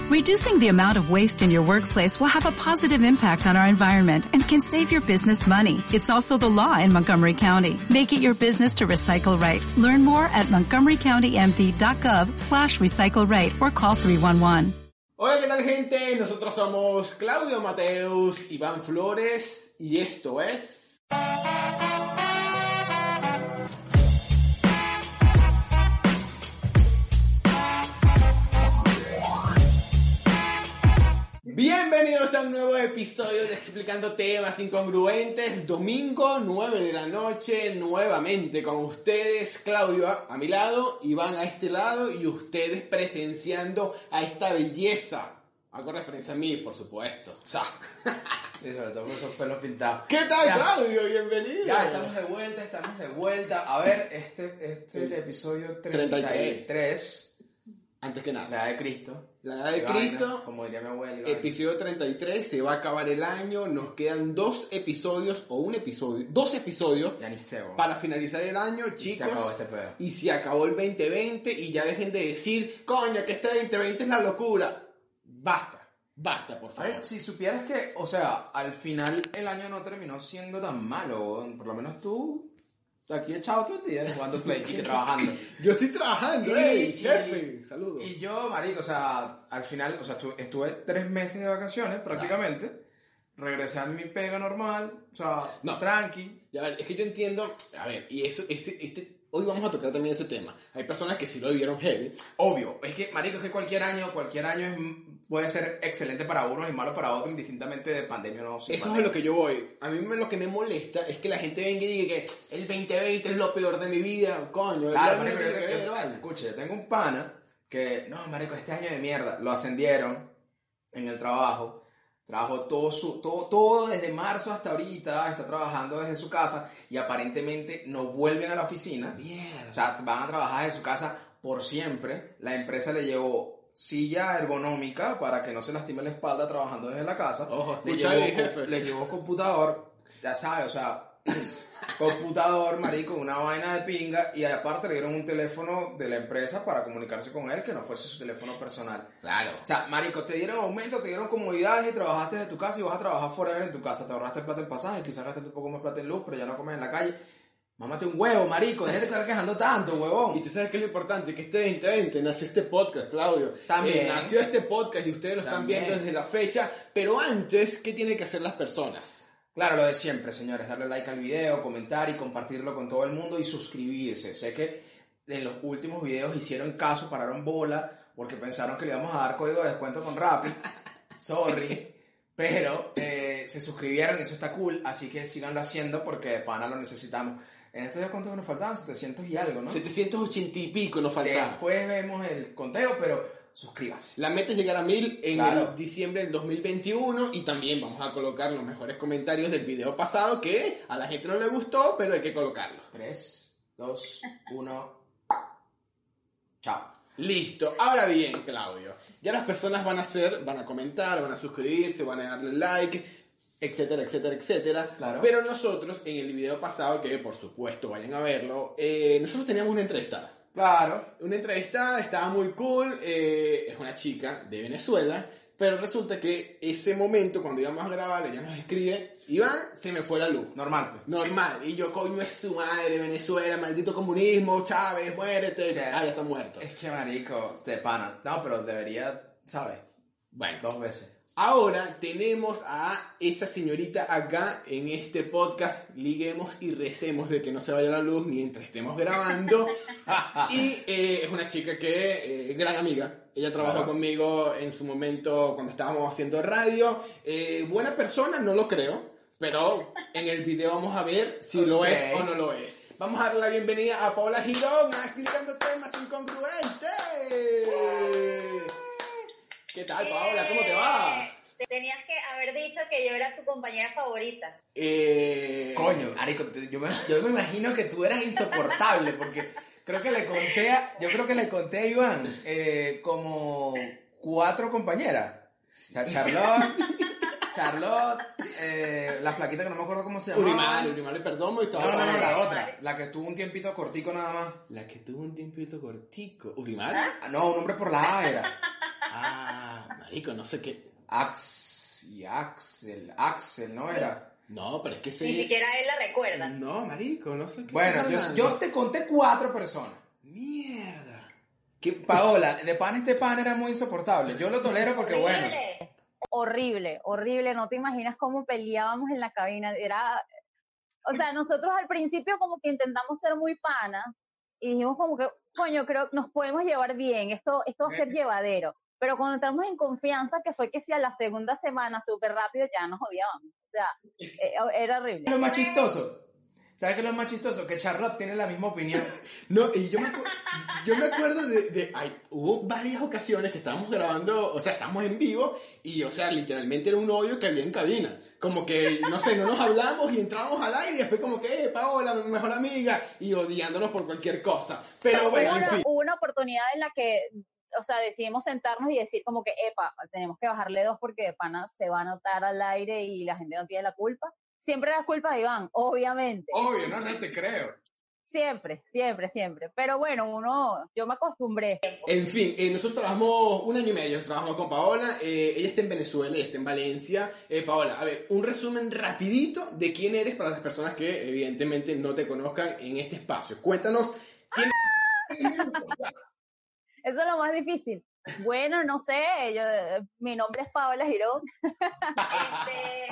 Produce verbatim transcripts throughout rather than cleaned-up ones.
Reducing the amount of waste in your workplace will have a positive impact on our environment and can save your business money. It's also the law in Montgomery County. Make it your business to recycle right. Learn more at montgomery county m d dot gov slash recycle right or call three one one. Hola, ¿qué tal, gente? Nosotros somos Claudio Mateus, Iván Flores y esto es... Bienvenidos a un nuevo episodio de Explicando Temas Incongruentes. Domingo, nueve de la noche, nuevamente con ustedes, Claudio a, a mi lado, Iván a este lado y ustedes presenciando a esta belleza. Hago referencia a mí, por supuesto. Sa. Y sobre todo con esos pelos pintados. ¿Qué tal, ya, Claudio? Bienvenido. Ya estamos de vuelta, estamos de vuelta. A ver, este, este es el episodio treinta y tres. Antes que nada, la edad de Cristo. La edad de Ivana, Cristo, como diría mi abuela. episodio treinta y tres, se va a acabar el año, nos quedan dos episodios, o un episodio, dos episodios, ya ni sé, bo. para finalizar el año, chicos. Y se acabó este pedo. Y se acabó el veinte veinte, y ya dejen de decir, coño, que este veinte veinte es la locura. Basta, basta, por favor. Ay, si supieras que, o sea, al final el año no terminó siendo tan malo, bo. Por lo menos tú... Aquí echado todo el día jugando Play y trabajando. Yo estoy trabajando, y, hey, y, jefe, saludos. Y yo, marico, o sea, al final, o sea, estuve, estuve tres meses de vacaciones prácticamente. Claro. Regresé a mi pega normal, o sea, no, tranqui. A ver, es que yo entiendo, a ver, y eso, ese, este, hoy vamos a tocar también ese tema. Hay personas que sí lo vivieron heavy. Obvio, es que, marico, es que cualquier año, cualquier año es, puede ser excelente para unos y malo para otros, indistintamente de pandemia o no. Eso pandemia. es a lo que yo voy. A mí me, lo que me molesta es que la gente venga y diga que el veinte veinte es lo peor de mi vida, coño. Claro, marico, yo, ver, yo, ¿vale? Escucha, yo tengo un pana que, no, marico, este año de mierda, lo ascendieron en el trabajo. Trabajó todo, su, todo, todo desde marzo hasta ahorita, está trabajando desde su casa y aparentemente no vuelven a la oficina. Mierda. O sea, van a trabajar desde su casa por siempre. La empresa le llevó silla ergonómica para que no se lastime la espalda trabajando desde la casa. Ojo, le, llevó, ahí, jefe. le llevó computador, ya sabes, o sea... computador, marico, una vaina de pinga, y aparte le dieron un teléfono de la empresa para comunicarse con él que no fuese su teléfono personal. Claro. O sea, marico, te dieron aumento, te dieron comodidades y trabajaste desde tu casa y vas a trabajar forever en tu casa. Te ahorraste plata en pasaje, quizás gastaste un poco más plata en luz, pero ya no comes en la calle. Mámate un huevo, marico, déjate de estar quejando tanto, huevón. Y tú sabes que es lo importante, que este veinte veinte nació este podcast, Claudio. También. Eh, nació este podcast y ustedes lo También. están viendo desde la fecha, pero antes, ¿qué tienen que hacer las personas? Claro, lo de siempre, señores, darle like al video, comentar y compartirlo con todo el mundo y suscribirse. Sé que en los últimos videos hicieron caso, pararon bola, porque pensaron que le íbamos a dar código de descuento con Rappi. Sorry. Sí. Pero eh, se suscribieron y eso está cool, así que síganlo haciendo porque de pana lo necesitamos. En estos días, ¿cuántos nos faltaban? setecientos y algo, ¿no? setecientos ochenta y pico nos faltaban. Después vemos el conteo, pero... suscríbase. La meta es llegar a mil en claro. el diciembre del dos mil veintiuno y también vamos a colocar los mejores comentarios del video pasado que a la gente no le gustó, pero hay que colocarlos. tres, dos, uno. Chao. Listo. Ahora bien, Claudio, ya las personas van a hacer, van a comentar, van a suscribirse, van a darle like, etcétera, etcétera, etcétera. Claro. Pero nosotros en el video pasado, que por supuesto vayan a verlo, eh, nosotros teníamos una entrevistada. Claro. Una entrevistada, estaba muy cool, eh, es una chica de Venezuela, pero resulta que ese momento, cuando íbamos a grabar, ella nos escribe, Iván, se me fue la luz. Normal. Normal. Y yo, coño, es su madre, Venezuela, maldito comunismo, Chávez, muérete. Sí. Ah, ya está muerto. Es que, marico, te pana. No, pero debería, ¿sabes? Bueno. Dos veces. Ahora tenemos a esa señorita acá en este podcast. Liguemos y recemos de que no se vaya la luz mientras estemos grabando. Y eh, es una chica que, eh, gran amiga. Ella trabajó claro. conmigo en su momento cuando estábamos haciendo radio. Eh, buena persona, no lo creo. Pero en el video vamos a ver si okay. lo es o no lo es. Vamos a darle la bienvenida a Paola Girón a Explicando Temas Incongruentes. ¿Qué tal, Paola? ¿Cómo te va? Tenías que haber dicho que yo era tu compañera favorita. Eh... Coño, Arico, yo me, yo me imagino que tú eras insoportable, porque creo que le conté a, yo creo que le conté a Iván eh, como cuatro compañeras. O sea, Charlotte, Charlotte, eh, la flaquita que no me acuerdo cómo se llama. Urimar, Urimar y Perdomo. No, no, no, la otra, la que tuvo un tiempito cortico nada más. La que tuvo un tiempito cortico. ¿Urimar? Ah, no, un hombre por la A era. Ah, Marico, no sé qué. Ax y Axel, Axel, ¿no era? No, pero es que Ni sí. siquiera él la recuerda. No, marico, no sé qué. Bueno, yo, estás yo hablando. te conté cuatro personas. Mierda. ¿Qué? Paola, de pan este pan era muy insoportable. Yo lo tolero porque, bueno, Horrible. Horrible, horrible, no te imaginas cómo peleábamos en la cabina, era, o sea, nosotros al principio como que intentamos ser muy panas y dijimos como que, coño, creo que nos podemos llevar bien, esto, esto va a ser llevadero, pero cuando entramos en confianza, que fue que si a la segunda semana súper rápido ya nos odiábamos, o sea, eh, era horrible. lo más chistoso. ¿Sabes qué es lo más chistoso? Que Charlotte tiene la misma opinión. No, y yo me, acu- yo me acuerdo de, de ay, hubo varias ocasiones que estábamos grabando, o sea, estábamos en vivo y, o sea, literalmente era un odio que había en cabina. Como que, no sé, no nos hablamos y entrábamos al aire y después como que, eh, Paola, mi mejor amiga, y odiándonos por cualquier cosa. Pero bueno, hubo, en una, fin. hubo una oportunidad en la que, o sea, decidimos sentarnos y decir como que, epa, tenemos que bajarle dos porque de pana se va a notar al aire y la gente no tiene la culpa. Siempre la culpa de Iván, obviamente. Obvio, no, no te creo. Siempre, siempre, siempre. Pero bueno, uno, yo me acostumbré. En fin, eh, nosotros trabajamos un año y medio, trabajamos con Paola, eh, ella está en Venezuela, ella está en Valencia. Eh, Paola, a ver, un resumen rapidito de quién eres para las personas que evidentemente no te conozcan en este espacio. Cuéntanos, ¿quién Eso es lo más difícil. Bueno, no sé, yo, mi nombre es Paola Girón. Este,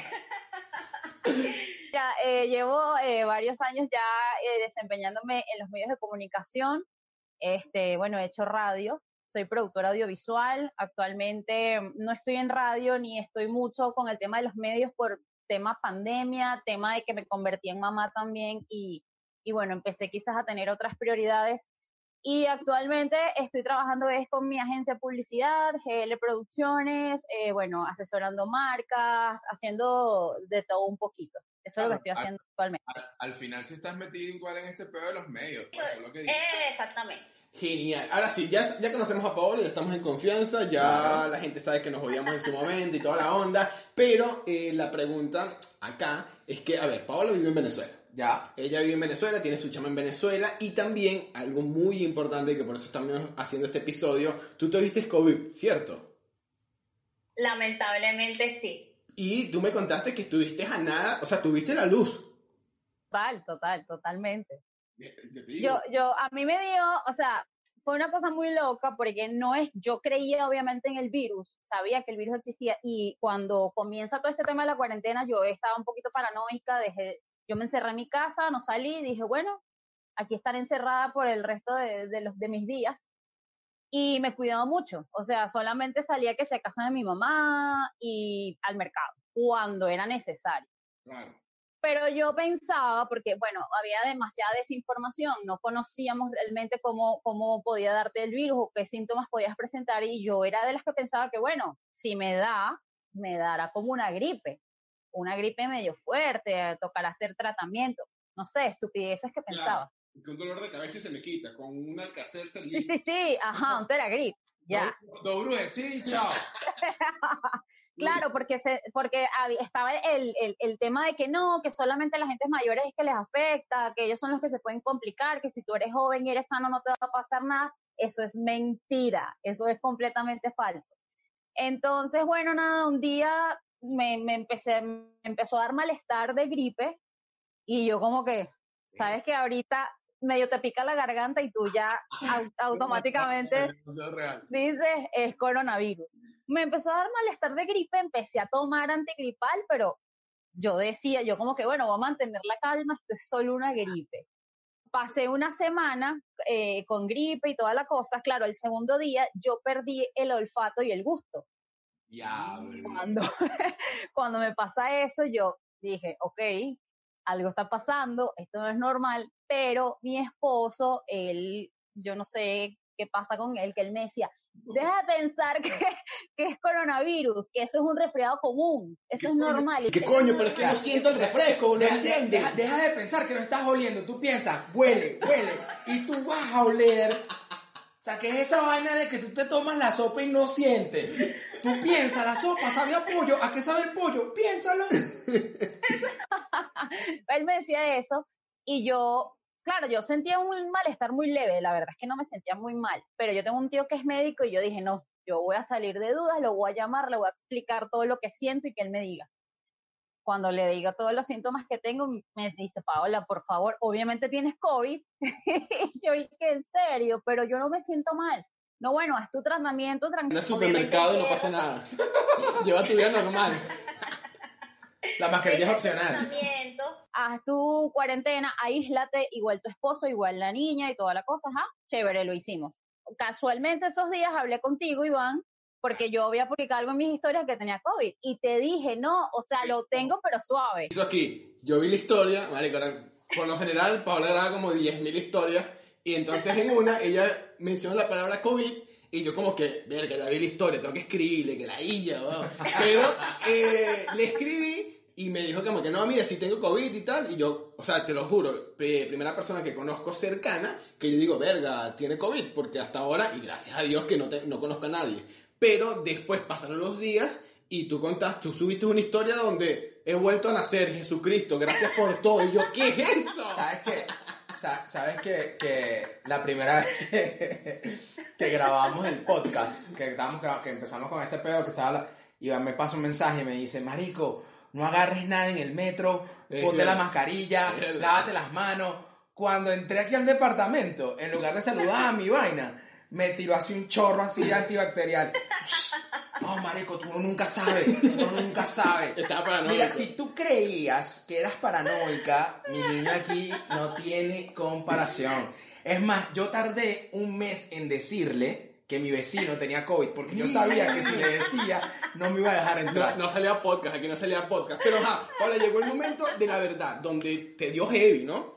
Ya, eh, llevo eh, varios años ya eh, desempeñándome en los medios de comunicación. Este, bueno, he hecho radio, soy productora audiovisual. Actualmente no estoy en radio ni estoy mucho con el tema de los medios por tema pandemia, tema de que me convertí en mamá también y, y bueno, empecé quizás a tener otras prioridades. Y actualmente estoy trabajando es con mi agencia de publicidad, G L Producciones, eh, bueno, asesorando marcas, haciendo de todo un poquito. Eso es lo que estoy haciendo actualmente. Al, al final si estás metido igual en este pedo de los medios, pues, eso es lo que digo. exactamente. Genial. Ahora sí, ya, ya conocemos a Paola, ya estamos en confianza, ya Claro. la gente sabe que nos odiamos en su momento y toda la onda, pero eh, la pregunta acá es que, a ver, Paola vive en Venezuela. Ya. Ella vive en Venezuela, tiene su chama en Venezuela y también algo muy importante que por eso estamos haciendo este episodio, tú tuviste COVID, ¿cierto? Lamentablemente sí. Y tú me contaste que estuviste a nada, o sea, tuviste la luz. Total, total, totalmente. Yo te digo, Yo, yo, a mí me dio, o sea, fue una cosa muy loca porque no es, yo creía obviamente en el virus, sabía que el virus existía y cuando comienza todo este tema de la cuarentena yo estaba un poquito paranoica, dejé, yo me encerré en mi casa, no salí, dije, bueno, aquí estaré encerrada por el resto de, de, los, de mis días y me cuidaba mucho, o sea, solamente salía que sea a casa de mi mamá y al mercado, cuando era necesario. claro. Pero yo pensaba, porque bueno, había demasiada desinformación, no conocíamos realmente cómo, cómo podía darte el virus o qué síntomas podías presentar y yo era de las que pensaba que bueno, si me da, me dará como una gripe, una gripe medio fuerte, tocará hacer tratamiento, no sé, estupideces que pensaba. Claro. Que un dolor de cabeza y se me quita, con un Alcacer se Sí, sí, sí, ajá, un Teragrip, ya. Dos do brujes, sí, chao. Claro, porque se, porque había, estaba el, el, el tema de que no, que solamente a las gentes mayores es que les afecta, que ellos son los que se pueden complicar, que si tú eres joven y eres sano no te va a pasar nada. Eso es mentira, eso es completamente falso. Entonces, bueno, nada, un día me, me, empecé, me empezó a dar malestar de gripe y yo como que, sabes que ahorita medio te pica la garganta y tú ya au- automáticamente Demasiado real. dices es coronavirus. Me empezó a dar malestar de gripe, empecé a tomar antigripal, pero yo decía, yo como que bueno, voy a mantener la calma, esto es solo una gripe. Pasé una semana eh, con gripe y toda la cosa, claro, el segundo día yo perdí el olfato y el gusto. Ya, Cuando, cuando me pasa eso, yo dije, ok, algo está pasando, esto no es normal, pero mi esposo, él, yo no sé qué pasa con él, que él me decía, deja de pensar que, que es coronavirus, que eso es un resfriado común, eso es normal. ¿Qué coño? Pero es que no siento el refresco, ¿no Deja, entiendes? deja- deja de pensar que no estás oliendo. Tú piensas, huele, huele. Y tú vas a oler. O sea, que es esa vaina de que tú te tomas la sopa y no sientes. Tú piensas, la sopa sabe a pollo. ¿A qué sabe el pollo? Piénsalo. Él me decía eso y yo, claro, yo sentía un malestar muy leve, la verdad es que no me sentía muy mal, pero yo tengo un tío que es médico y yo dije, no, yo voy a salir de dudas, lo voy a llamar, le voy a explicar todo lo que siento y que él me diga. Cuando le diga todos los síntomas que tengo, me dice, Paola, por favor, obviamente tienes COVID. Y yo, ¿y qué en serio? Pero yo no me siento mal. No, bueno, haz tu tratamiento tranquilo. Anda al supermercado y no pasa nada. Lleva tu vida normal. La mascarilla es opcional. Tratamiento. Haz tu cuarentena, aíslate, igual tu esposo, igual la niña y toda la cosa, ajá, chévere, lo hicimos. Casualmente esos días hablé contigo, Iván, porque yo había publicado algo en mis historias que tenía COVID, y te dije, no, o sea, lo tengo, pero suave. Eso aquí, yo vi la historia, marico, por lo general, Paola graba como diez mil historias, y entonces en una, ella menciona la palabra COVID, y yo como que, verga, ya vi la historia, tengo que escribirle, que la illa, wow. Pero eh, le escribí, y me dijo como que no, mira, si tengo COVID y tal, y yo, o sea, te lo juro, primera persona que conozco cercana, que yo digo, verga, tiene COVID, porque hasta ahora, y gracias a Dios que no, te, no conozco a nadie, pero después pasaron los días, y tú contaste, tú subiste una historia donde he vuelto a nacer, Jesucristo, gracias por todo, y yo, ¿qué es eso? ¿Sabes qué? Sa- ¿Sabes que, que la primera vez que, que grabamos el podcast, que, estábamos, gra- que empezamos con este pedo, que estaba la, Iván me pasa un mensaje y me dice, marico, no agarres nada en el metro, Es ponte verdad. la mascarilla, Es verdad. lávate las manos. Cuando entré aquí al departamento, en lugar de saludar a mi vaina, me tiró así un chorro así antibacterial. No, marico, tú nunca sabes, uno nunca sabe. Estaba paranoico. Mira, si tú creías que eras paranoica, mi niño aquí no tiene comparación. Es más, yo tardé un mes en decirle que mi vecino tenía COVID, porque yo sabía que si le decía, no me iba a dejar No, entrar. no salía podcast, aquí no salía podcast, pero ajá, ahora llegó el momento de la verdad, donde te dio heavy, ¿no?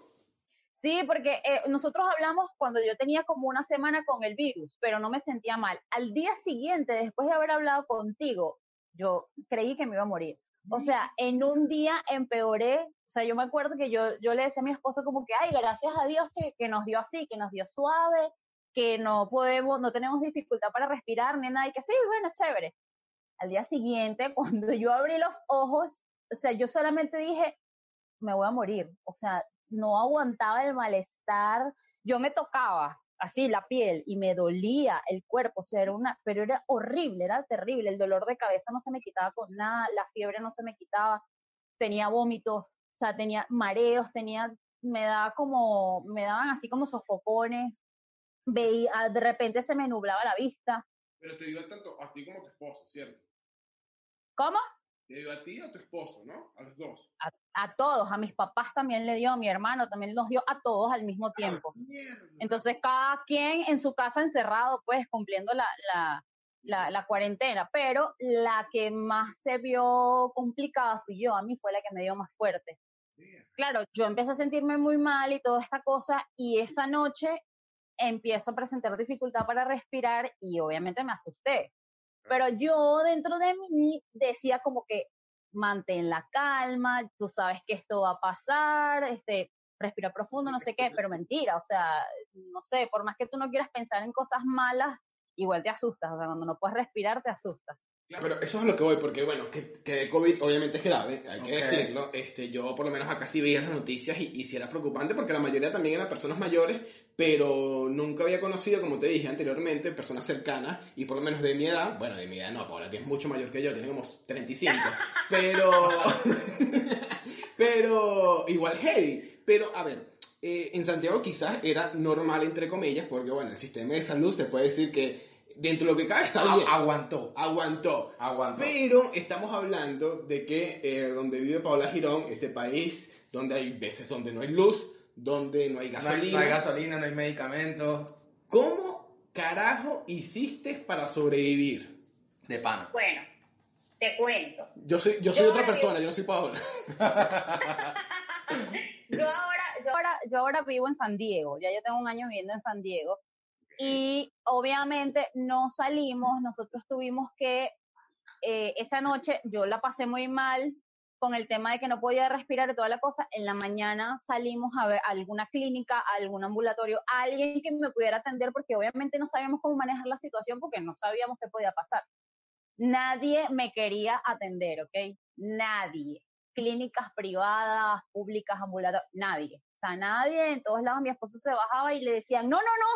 Sí, porque eh, nosotros hablamos cuando yo tenía como una semana con el virus, pero no me sentía mal. Al día siguiente, después de haber hablado contigo, yo creí que me iba a morir. O sea, en un día empeoré. O sea, yo me acuerdo que yo, yo le decía a mi esposo como que, ay, gracias a Dios que, que nos dio así, que nos dio suave, que no podemos, no tenemos dificultad para respirar, ni nada, y que sí, bueno, chévere. Al día siguiente, cuando yo abrí los ojos, o sea, yo solamente dije, me voy a morir. O sea, no aguantaba el malestar. Yo me tocaba así la piel y me dolía el cuerpo, o sea, era una, pero era horrible, era terrible. El dolor de cabeza no se me quitaba con nada, la fiebre no se me quitaba, tenía vómitos, o sea, tenía mareos, tenía, me daba como, me daban así como sofocones, veía, de repente se me nublaba la vista. Pero te dio tanto a ti como a tu esposo, ¿cierto? ¿Cómo? Te dio a ti y a tu esposo, ¿no? A los dos. A, a todos, a mis papás también le dio, a mi hermano también nos dio, a todos al mismo tiempo. Mierda. Entonces, cada quien en su casa encerrado, pues, cumpliendo la, la, la, la cuarentena. Pero la que más se vio complicada fui yo. A mí fue la que me dio más fuerte. Claro, yo empecé a sentirme muy mal y toda esta cosa, y esa noche empiezo a presentar dificultad para respirar y obviamente me asusté. Pero yo dentro de mí decía como que mantén la calma, tú sabes que esto va a pasar, este, respira profundo, no sé qué, pero mentira, o sea, no sé, por más que tú no quieras pensar en cosas malas, igual te asustas, o sea, cuando no puedes respirar te asustas. Pero eso es a lo que voy, porque bueno, que, que el COVID obviamente es grave, hay que Ok. decirlo. Este, yo por lo menos acá sí veía las noticias y, y sí era preocupante porque la mayoría también eran personas mayores, pero nunca había conocido, como te dije anteriormente, personas cercanas y por lo menos de mi edad, bueno, de mi edad no, Paola tienes mucho mayor que yo, tiene como treinta y cinco, pero, pero igual heavy. Pero a ver, eh, en Santiago quizás era normal entre comillas, porque bueno, el sistema de salud se puede decir que dentro de lo que cabe está bien. A- aguantó, Aguantó. aguantó. Pero estamos hablando de que eh, donde vive Paola Girón, ese país donde hay veces donde no hay luz, donde no hay No hay, gasolina. no hay gasolina, no hay medicamentos. ¿Cómo carajo hiciste para sobrevivir? De pana. Bueno, te cuento. Yo soy, yo soy Yo otra ahora persona, vivo- yo no soy Paola. Yo ahora, yo ahora, yo ahora vivo en San Diego, ya yo tengo un año viviendo en San Diego, y obviamente no salimos, nosotros tuvimos que, eh, esa noche yo la pasé muy mal con el tema de que no podía respirar y toda la cosa. En la mañana salimos a ver a alguna clínica, a algún ambulatorio, a alguien que me pudiera atender, porque obviamente no sabíamos cómo manejar la situación porque no sabíamos qué podía pasar. Nadie me quería atender, ¿ok? Nadie. Clínicas privadas, públicas, ambulatorios, nadie. O sea, nadie, en todos lados mi esposo se bajaba y le decían, no, no, no,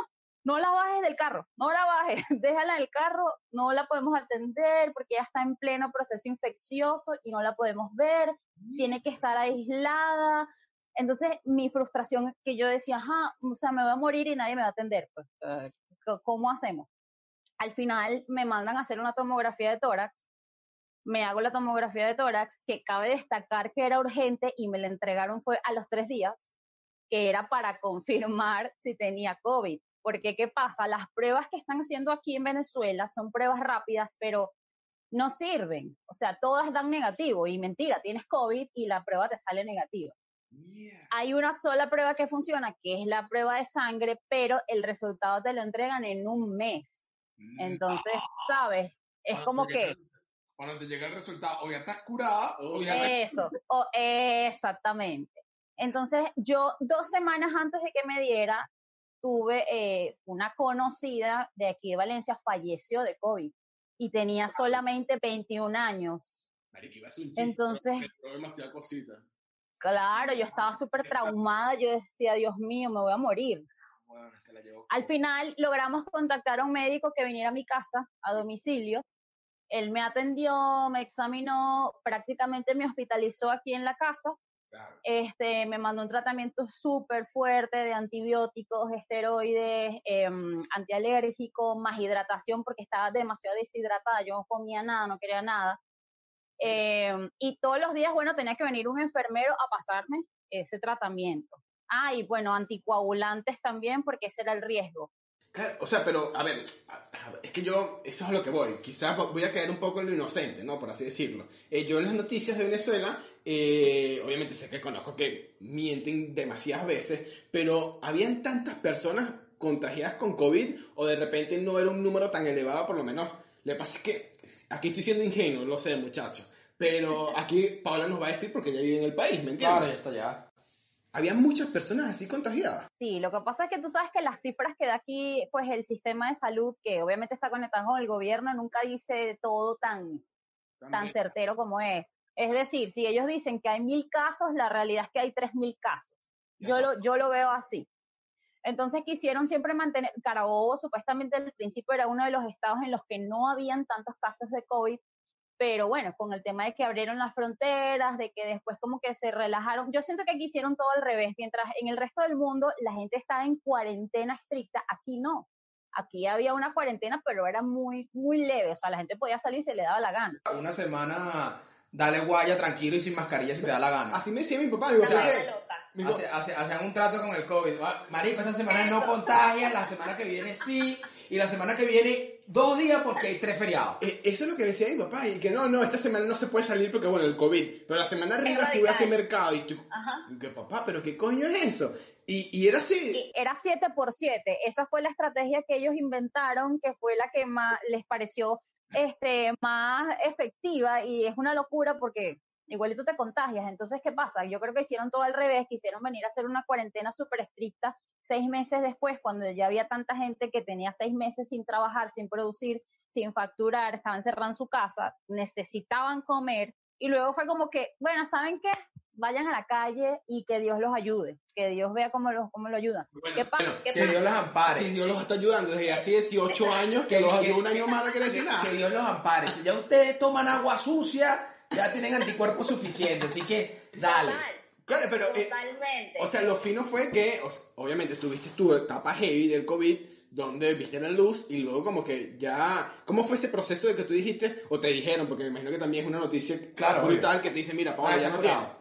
no la bajes del carro, no la bajes, déjala en el carro, no la podemos atender porque ella está en pleno proceso infeccioso y no la podemos ver, tiene que estar aislada. Entonces, mi frustración que yo decía, ajá, o sea, me voy a morir y nadie me va a atender, pues, uh, ¿cómo hacemos? Al final me mandan a hacer una tomografía de tórax, me hago la tomografía de tórax, que cabe destacar que era urgente y me la entregaron fue a los tres días, que era para confirmar si tenía COVID. Porque, ¿qué pasa? Las pruebas que están haciendo aquí en Venezuela son pruebas rápidas, pero no sirven. O sea, todas dan negativo. Y mentira, tienes COVID y la prueba te sale negativa. Yeah. Hay una sola prueba que funciona, que es la prueba de sangre, pero el resultado te lo entregan en un mes. Entonces, ¿sabes? Es cuando como llega, que... Cuando te llega el resultado, o ya estás curada, o ya... Eso, o, exactamente. Entonces, yo dos semanas antes de que me diera, tuve eh, una conocida de aquí de Valencia, falleció de COVID y tenía solamente veintiún años. Marica, un chiste, entonces, pero demasiada cosita. Claro, yo estaba súper traumada, yo decía, Dios mío, me voy a morir. Bueno, se la llevó. Al final logramos contactar a un médico que viniera a mi casa, a domicilio. Él me atendió, me examinó, prácticamente me hospitalizó aquí en la casa. Claro. Este, me mandó un tratamiento súper fuerte de antibióticos, esteroides, eh, antialérgicos, más hidratación porque estaba demasiado deshidratada, yo no comía nada, no quería nada. Eh, y todos los días, bueno, tenía que venir un enfermero a pasarme ese tratamiento. Ah, y bueno, anticoagulantes también porque ese era el riesgo. Claro, o sea, pero, a ver, es que yo, eso es a lo que voy. Quizás voy a caer un poco en lo inocente, ¿no? Por así decirlo. Eh, yo en las noticias de Venezuela, eh, obviamente sé que conozco que mienten demasiadas veces, pero ¿habían tantas personas contagiadas con COVID o de repente no era un número tan elevado, por lo menos? Lo que pasa es que aquí estoy siendo ingenuo, lo sé, muchachos, pero aquí Paola nos va a decir porque ella vive en el país, ¿me entiendes? Claro, ya está ya. Había muchas personas así contagiadas. Sí, lo que pasa es que tú sabes que las cifras que da aquí, pues el sistema de salud, que obviamente está conectado con el gobierno, nunca dice todo tan, tan certero como es. Es decir, si ellos dicen que hay mil casos, la realidad es que hay tres mil casos. Yo lo, yo lo veo así. Entonces quisieron siempre mantener, Carabobo supuestamente al principio era uno de los estados en los que no habían tantos casos de COVID, pero bueno, con el tema de que abrieron las fronteras, de que después como que se relajaron, yo siento que aquí hicieron todo al revés, mientras en el resto del mundo la gente estaba en cuarentena estricta, aquí no. Aquí había una cuarentena, pero era muy, muy leve, o sea, la gente podía salir y se le daba la gana. Una semana, dale guaya tranquilo y sin mascarilla si te da la gana. Así me decía mi papá, digo, La vida loca. Hace, hace, hacían un trato con el COVID. Marico, esta semana no contagian, la semana que viene sí, y la semana que viene dos días porque hay tres feriados. Eh, eso es lo que decía mi papá, y que no, no, esta semana no se puede salir porque, bueno, el COVID, pero la semana arriba sí voy a hacer mercado, y tú, y que papá, pero ¿qué coño es eso? Y, y era así. Y era siete por siete, esa fue la estrategia que ellos inventaron, que fue la que más les pareció este, más efectiva, y es una locura porque igualito te contagias. Entonces, ¿qué pasa? Yo creo que hicieron todo al revés, quisieron venir a hacer una cuarentena súper estricta seis meses después, cuando ya había tanta gente que tenía seis meses sin trabajar, sin producir, sin facturar, estaban encerrados en su casa, necesitaban comer, y luego fue como que, bueno, ¿saben qué? Vayan a la calle y que Dios los ayude, que Dios vea cómo lo, cómo lo ayuda. Bueno, ¿Qué pasa? bueno, ¿Qué Que pasa? Dios los ampare. Sí, Dios los está ayudando desde hace dieciocho años, que, Que- los que- ayudó un año que- más, no quiere decir que, nada. que Dios los ampare. Si ya ustedes toman agua sucia, ya tienen anticuerpos suficientes. Así que, dale. Total, Claro, pero, eh, totalmente. o sea, lo fino fue que, o sea, obviamente tuviste tu etapa heavy del COVID, donde viste la luz, y luego como que ya, ¿cómo fue ese proceso de que tú dijiste, o te dijeron, porque me imagino que también es una noticia Claro, brutal que te dice, mira, Paola, Ah, ya ten no cuidado. tienes?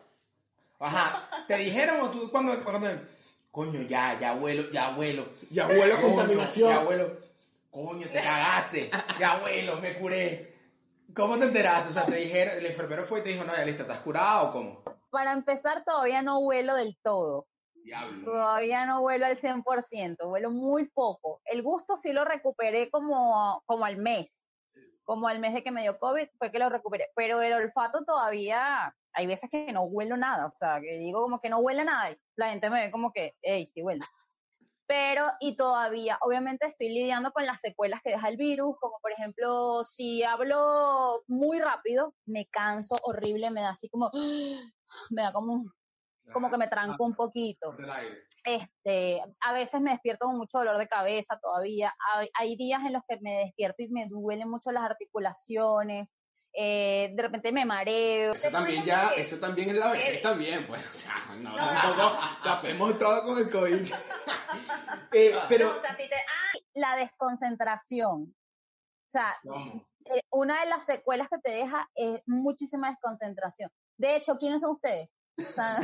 Ajá. ¿Te dijeron o tú cuando, cuando coño, ya, ya abuelo, ya abuelo. Ya huele a Coño, contaminación. Ya abuelo. Coño, te cagaste. Ya abuelo, me curé. ¿Cómo te enteraste? O sea, te dijeron, el enfermero fue y te dijo, no, ya listo, ¿estás curado o cómo? Para empezar, todavía no vuelo del todo. Diablo. Todavía no vuelo al cien por ciento, vuelo muy poco. El gusto sí lo recuperé como, como al mes. Como al mes de que me dio COVID fue que lo recuperé. Pero el olfato todavía, hay veces que no huelo nada. O sea, que digo como que no huele nada. Y la gente me ve como que, hey, sí huele. Pero, y todavía, obviamente estoy lidiando con las secuelas que deja el virus, como por ejemplo, si hablo muy rápido, me canso horrible, me da así como, me da como un, como que me tranco un poquito. Este, a veces me despierto con mucho dolor de cabeza todavía. Hay, hay días en los que me despierto y me duelen mucho las articulaciones. Eh, de repente me mareo. Eso también ya, eso también es la vejez también, pues, o sea, no, tampoco tapemos todo con el COVID. eh, pero... No, o sea, si te... ah. La desconcentración. O sea, ¿Cómo? Eh, una de las secuelas que te deja es muchísima desconcentración. De hecho, ¿quiénes son ustedes? O sea,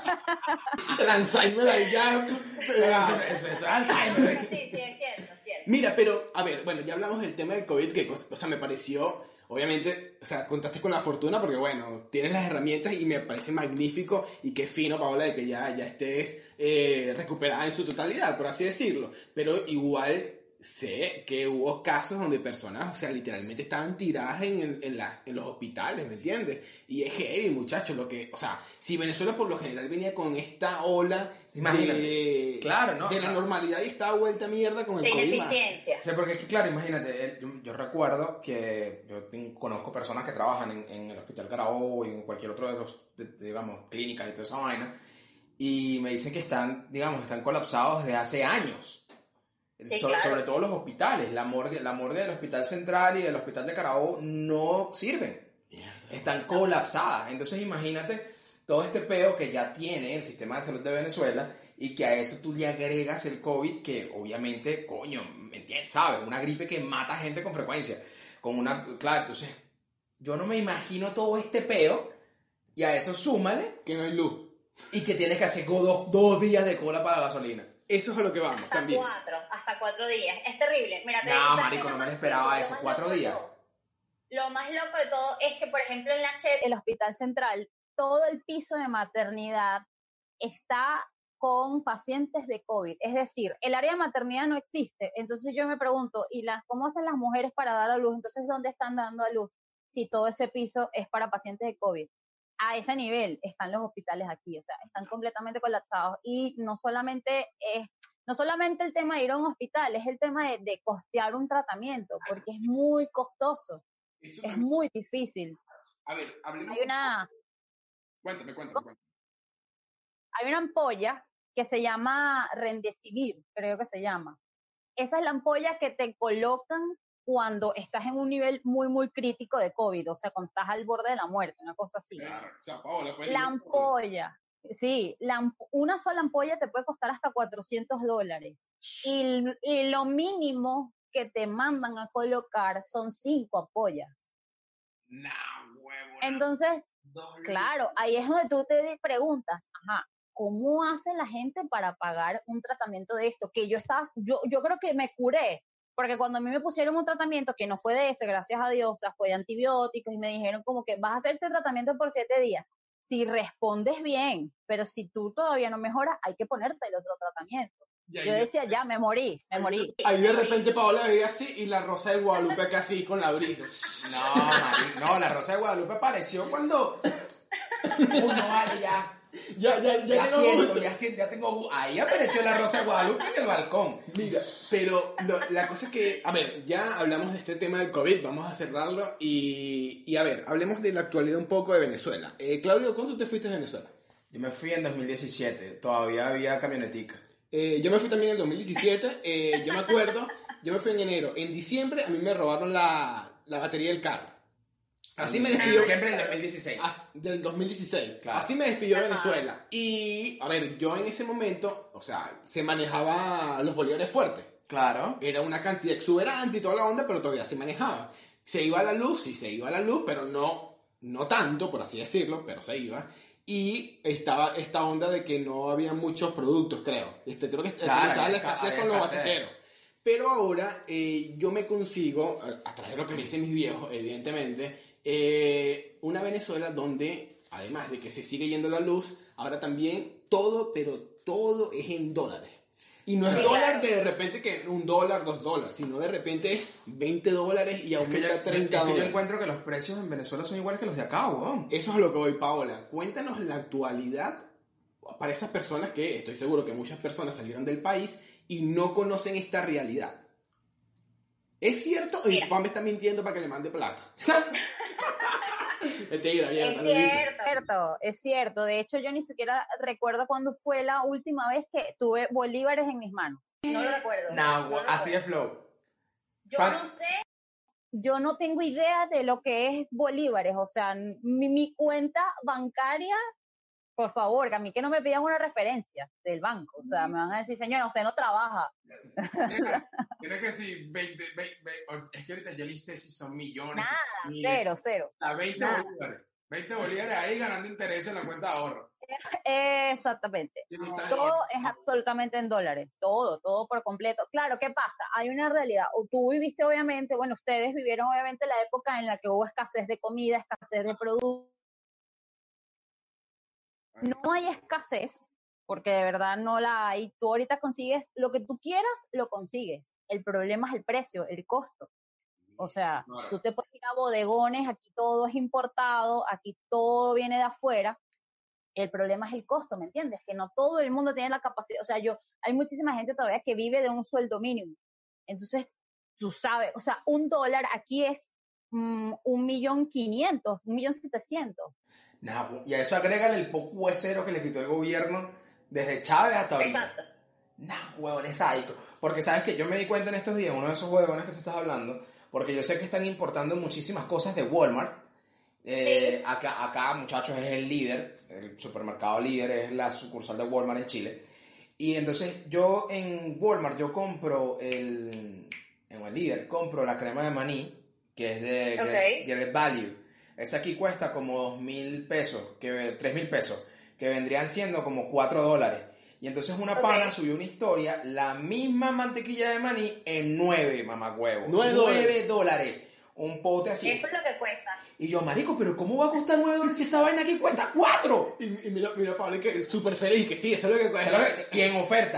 el Alzheimer ahí ya. Eso, eso, eso es Alzheimer. Sí, sí, es cierto, es cierto. Mira, pero, a ver, bueno, ya hablamos del tema del COVID, que, o sea, me pareció, obviamente, o sea, contaste con la fortuna porque, bueno, tienes las herramientas y me parece magnífico y qué fino, Paola, de que ya, ya estés eh, recuperada en su totalidad, por así decirlo. Pero igual sé que hubo casos donde personas, o sea, literalmente estaban tiradas en, en, en, la, en los hospitales, ¿me entiendes? Y es heavy, muchachos, lo que, o sea, si Venezuela por lo general venía con esta ola Imagínate. de, Claro, ¿no? de O la sea, normalidad y estaba vuelta a mierda con el De COVID. ineficiencia. O sea, porque es que, claro, imagínate, eh, yo, yo recuerdo que yo tengo- conozco personas que trabajan en, en el Hospital Carabobo y en cualquier otro de esos, de- de, digamos, clínicas y toda esa vaina, y me dicen que están, digamos, están colapsados desde hace años. Sí, So- claro. Sobre todo los hospitales, la morgue, la morgue del Hospital Central y del Hospital de Carabobo no sirven, están colapsadas. Entonces imagínate todo este peo que ya tiene el sistema de salud de Venezuela y que a eso tú le agregas el COVID, que obviamente, coño, ¿me entiendes? ¿Sabes? Una gripe que mata gente con frecuencia. Con una, claro, entonces yo no me imagino todo este peo y a eso súmale Que no hay luz. y que tienes que hacer dos, dos días de cola para la gasolina. Eso es a lo que vamos Hasta también. cuatro, hasta cuatro días. Es terrible. Mira, te No, ¿sabes qué marico, es no lo me lo más esperaba loco? eso, Lo más cuatro loco de días. todo- Lo más loco de todo es que, por ejemplo, en la C H E T, el Hospital Central, todo el piso de maternidad está con pacientes de COVID. Es decir, el área de maternidad no existe. Entonces yo me pregunto, ¿y las, cómo hacen las mujeres para dar a luz? Entonces, ¿dónde están dando a luz si todo ese piso es para pacientes de COVID? A ese nivel están los hospitales aquí, o sea, están completamente colapsados. Y no solamente es, no solamente el tema de ir a un hospital, es el tema de, de costear un tratamiento, porque es muy costoso, Eso es también- muy difícil. A ver, hablemos. Hay una, Cuéntame, cuéntame, cuéntame. hay una ampolla que se llama Remdesivir, creo que se llama. Esa es la ampolla que te colocan cuando estás en un nivel muy, muy crítico de COVID, o sea, cuando estás al borde de la muerte, una cosa así. Claro, o sea, Paola, pues, La yo- ampolla, sí, la, amp- una sola ampolla te puede costar hasta cuatrocientos dólares. Y, y lo mínimo que te mandan a colocar son cinco ampollas. Nah, huevo. Entonces, Dos claro, ahí es donde tú te preguntas, ajá, ¿cómo hace la gente para pagar un tratamiento de esto? Que yo estaba, yo, yo creo que me curé, porque cuando a mí me pusieron un tratamiento que no fue de ese, gracias a Dios, o sea, fue de antibióticos y me dijeron como que vas a hacer este tratamiento por siete días. Si respondes bien, pero si tú todavía no mejoras, hay que ponerte el otro tratamiento. Y ahí Yo de- decía, ya, me morí, me morí. Ahí de repente Paola veía así y la Rosa de Guadalupe acá así con la brisa. No, marico, no, la Rosa de Guadalupe apareció cuando uno vale ya. Ya, ya, ya, Ya llegó siento, gusto. ya siento, ya tengo gu- ahí apareció la Rosa de Guadalupe en el balcón. Mira, pero lo- la cosa es que, a ver, ya hablamos de este tema del COVID, vamos a cerrarlo y, y a ver, hablemos de la actualidad un poco de Venezuela. Eh, Claudio, ¿cuándo te fuiste a Venezuela? Yo me fui en dos mil diecisiete, todavía había camionetica. Eh, yo me fui también en el dos mil diecisiete, eh, yo me acuerdo, yo me fui en enero. En diciembre a mí me robaron la, la batería del carro. Así me despidió. Siempre en dos mil dieciséis. As- del dos mil dieciséis. Claro. Así me despidió Ajá. Venezuela. Y, a ver, yo en ese momento, o sea, se manejaba los bolívares fuertes. Claro. Era una cantidad exuberante y toda la onda, pero todavía se manejaba. Se iba a la luz, sí se iba a la luz, pero no, no tanto, por así decirlo, pero se iba. Y estaba esta onda de que no había muchos productos, creo. Este, creo que Claro, estaba la había escasez escasez. con los bachaqueros. Pero ahora eh, yo me consigo, a, a través de lo que me dicen mis viejos, evidentemente, eh, una Venezuela donde, además de que se sigue yendo la luz, ahora también todo, pero todo es en dólares. Y no es Sí, dólar claro. de repente que un dólar, dos dólares, sino de repente es veinte dólares y Es que, aumenta yo, a treinta es que yo dólares. encuentro que los precios en Venezuela son iguales que los de acá, weón. Eso es a lo que voy, Paola. Cuéntanos la actualidad para esas personas que estoy seguro que muchas personas salieron del país y no conocen esta realidad. ¿Es cierto o mi Mira. papá me está mintiendo para que le mande plata? Mentira, bien, Es saludito. cierto. Es cierto, es cierto. De hecho, yo ni siquiera recuerdo cuándo fue la última vez que tuve bolívares en mis manos. No lo recuerdo. Nah, No lo así de recuerdo. flow. Yo Fan- no sé. Yo no tengo idea de lo que es bolívares. O sea, mi, mi cuenta bancaria, por favor, que a mí que no me pidan una referencia del banco. O sea, me van a decir, señora, usted no trabaja. Tiene que decir veinte, veinte, veinte, es que ahorita yo ni sé si son millones. Nada, miles. cero, cero. A veinte Nada. bolívares. veinte bolívares ahí ganando interés en la cuenta de ahorro. Exactamente. Todo es absolutamente en dólares, todo, todo por completo. Claro, ¿qué pasa? Hay una realidad. O tú viviste, obviamente, bueno, ustedes vivieron, obviamente, la época en la que hubo escasez de comida, escasez de productos. No hay escasez, porque de verdad no la hay. Tú ahorita consigues lo que tú quieras, lo consigues. El problema es el precio, el costo. O sea, Claro. tú te puedes ir a bodegones, aquí todo es importado, aquí todo viene de afuera. El problema es el costo, ¿me entiendes? Que no todo el mundo tiene la capacidad. O sea, yo, hay muchísima gente todavía que vive de un sueldo mínimo. Entonces, tú sabes, o sea, un dólar aquí es mm, un millón quinientos, un millón setecientos. Nah, y a eso agrégale el poco huesero que le quitó el gobierno desde Chávez hasta ahorita. Exacto. Nah, huevón, es sádico. Porque sabes que yo me di cuenta en estos días, uno de esos huevones que tú estás hablando, porque yo sé que están importando muchísimas cosas de Walmart. Eh, Sí. acá, acá, muchachos, es el líder, el supermercado líder es la sucursal de Walmart en Chile. Y entonces yo en Walmart yo compro el, en el líder, compro la crema de maní, que es de Ok. Great, Great Value. Esa aquí cuesta como dos mil pesos, que, tres mil pesos, que vendrían siendo como cuatro dólares. Y entonces una Ok. pana subió una historia, la misma mantequilla de maní en nueve, mamagüevo. Nueve nueve dólares. Un pote así. Eso es lo que cuesta. Y yo, marico, pero ¿cómo va a costar nueve dólares si esta vaina aquí cuesta cuatro? Y, y mira, mira Pablo, que es súper feliz, que sí, eso es lo que cuesta. Y en oferta.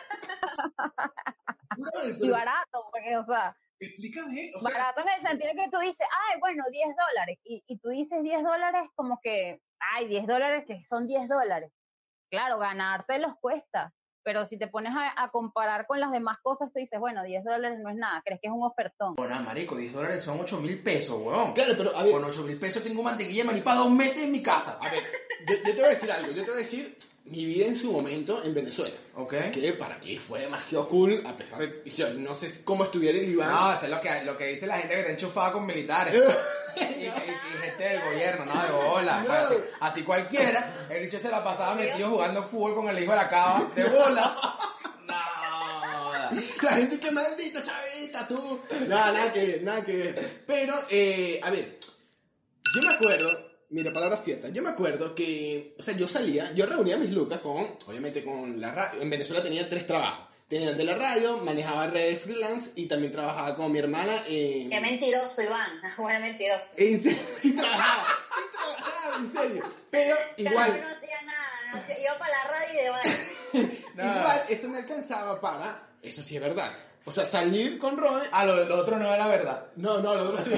Brother, Y pero barato, porque, o sea, explícame, o sea, barato en el sentido que tú dices, ay, bueno, diez dólares. Y, y tú dices diez dólares como que, ay, diez dólares que son diez dólares. Claro, ganarte los cuesta. Pero si te pones a, a comparar con las demás cosas, tú dices, bueno, diez dólares no es nada, crees que es un ofertón. Bueno, marico, diez dólares son ocho mil pesos, weón. claro, pero a ver, Con ocho mil pesos tengo mantequilla de maní para dos meses en mi casa. a ver, yo, yo te voy a decir algo, yo te voy a decir mi vida en su momento en Venezuela. ¿Ok? Que para mí fue demasiado cool, a pesar de, y yo no sé cómo estuviera el Iván. No, eso es lo que, lo que dice la gente que está enchufada con militares. y, y- y gente del gobierno, no, de bola. No. Pues así, así cualquiera. El bicho se la pasaba metido jugando fútbol con el hijo de la cava, de bola. No. La gente que maldito, chavita, tú. Nada, nada que ver, nada que ver. Pero, eh, a ver, yo me acuerdo, mira, palabra cierta, yo me acuerdo que, o sea, yo salía, yo reunía mis lucas con, obviamente con la radio. En Venezuela tenía tres trabajos. Tenía el de la radio, manejaba redes freelance y también trabajaba con mi hermana en... Qué mentiroso, Iván. Bueno, mentiroso. En serio, sí trabajaba, sí trabajaba, en serio. Pero igual... Pero no hacía nada, no hacía, iba para la radio y de vaina. No. Igual, eso me alcanzaba para... Eso sí es verdad. O sea, salir con Robin... Ah, lo, lo otro no era verdad. No, no, lo otro sí.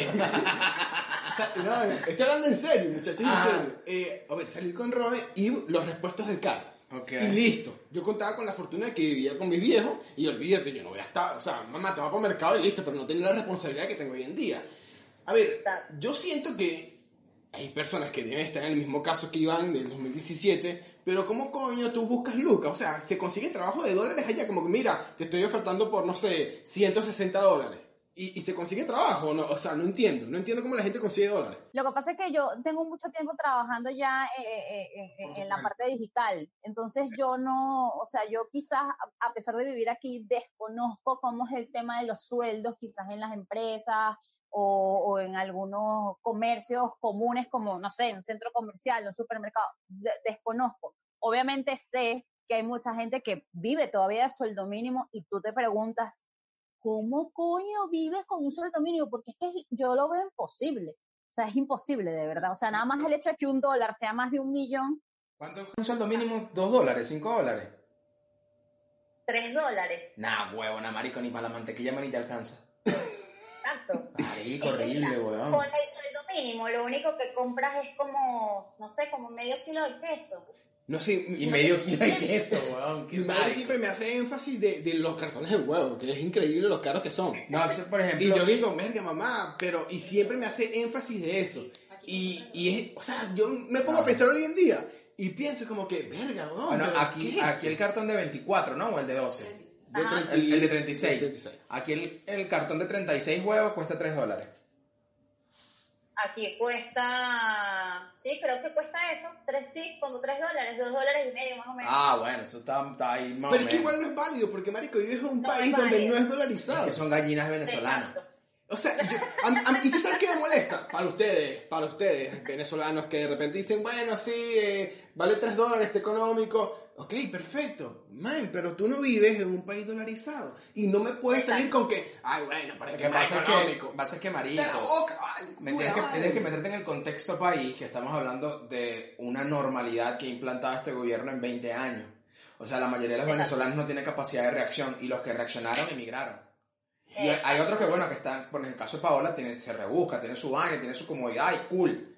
O sea, no, estoy hablando en serio, muchachos, en Ajá. serio. Eh, a ver, salir con Robin y los repuestos del carro. Ok. Y listo. Yo contaba con la fortuna de que vivía con mis viejos y olvídate, yo no voy a estar... O sea, mamá, te vas para el mercado y listo, pero no tenía la responsabilidad que tengo hoy en día. A ver, Exacto. yo siento que hay personas que deben estar en el mismo caso que Iván del dos mil diecisiete, pero ¿cómo coño tú buscas lucas? O sea, se consigue trabajo de dólares allá, como que mira, te estoy ofertando por, no sé, ciento sesenta dólares. Y, y se consigue trabajo, ¿no? O sea, no entiendo, no entiendo cómo la gente consigue dólares. Lo que pasa es que yo tengo mucho tiempo trabajando ya eh, eh, eh, eh, en la parte digital, entonces yo no, o sea, yo quizás, a a pesar de vivir aquí, desconozco cómo es el tema de los sueldos, quizás en las empresas o, o en algunos comercios comunes como, no sé, en un centro comercial, en un supermercado, de- desconozco. Obviamente sé que hay mucha gente que vive todavía de sueldo mínimo y tú te preguntas, ¿cómo coño vives con un sueldo mínimo? Porque es que yo lo veo imposible. O sea, es imposible, de verdad. O sea, nada más el hecho de que un dólar sea más de un millón. ¿Cuánto? Un sueldo mínimo, dos dólares, cinco dólares. Tres dólares. Nah, huevona, marico, ni para la mantequilla maní te alcanza. Exacto. Marico, Es que horrible, mira, weón. con el sueldo mínimo, lo único que compras es como, no sé, como medio kilo de queso. No sé, Y medio kilo de queso, weón. Qué mi madre sádico. siempre me hace énfasis de, de los cartones de huevo, que es increíble los caros que son. No, entonces, por ejemplo... Y yo digo, verga, mamá, pero... Y siempre me hace énfasis de eso. Y, y es, o sea, yo me pongo a pensar hoy en día y pienso como que, verga, weón. Bueno, pero aquí, ¿qué? aquí el cartón de veinticuatro, ¿no? O el de doce. De Ajá. treinta El, y- el de treinta y seis. treinta y seis. Aquí el, el cartón de treinta y seis huevos cuesta tres dólares. Aquí cuesta, sí, creo que cuesta eso, tres, sí, como tres dólares, dos dólares y medio más o menos. Ah, bueno, eso está, está ahí más Pero o es que menos. igual no es válido, porque marico, vives en un No país es donde válido. no es Es dolarizado. que son gallinas venezolanas. Exacto. O sea, yo- a- a- ¿y tú sabes qué me molesta? Para ustedes, para ustedes, venezolanos, que de repente dicen, bueno, sí, eh, vale tres dólares este económico. Ok, perfecto. Man, pero tú no vives en un país dolarizado. Y no me puedes salir Exacto. con que, ay, bueno, para Lo que que más pasa es que, económico. pasa es que marico, Pero, oh, cabal, me tienes, que, cuidado. tienes que meterte en el contexto país, que estamos hablando de una normalidad que ha implantado este gobierno en veinte años. O sea, la mayoría de los Exacto. venezolanos no tienen capacidad de reacción y los que reaccionaron emigraron. Y hay Exacto. otros que, bueno, que están, por el caso de Paola, tiene, se rebusca, tiene su vaina, tiene su comodidad y cool.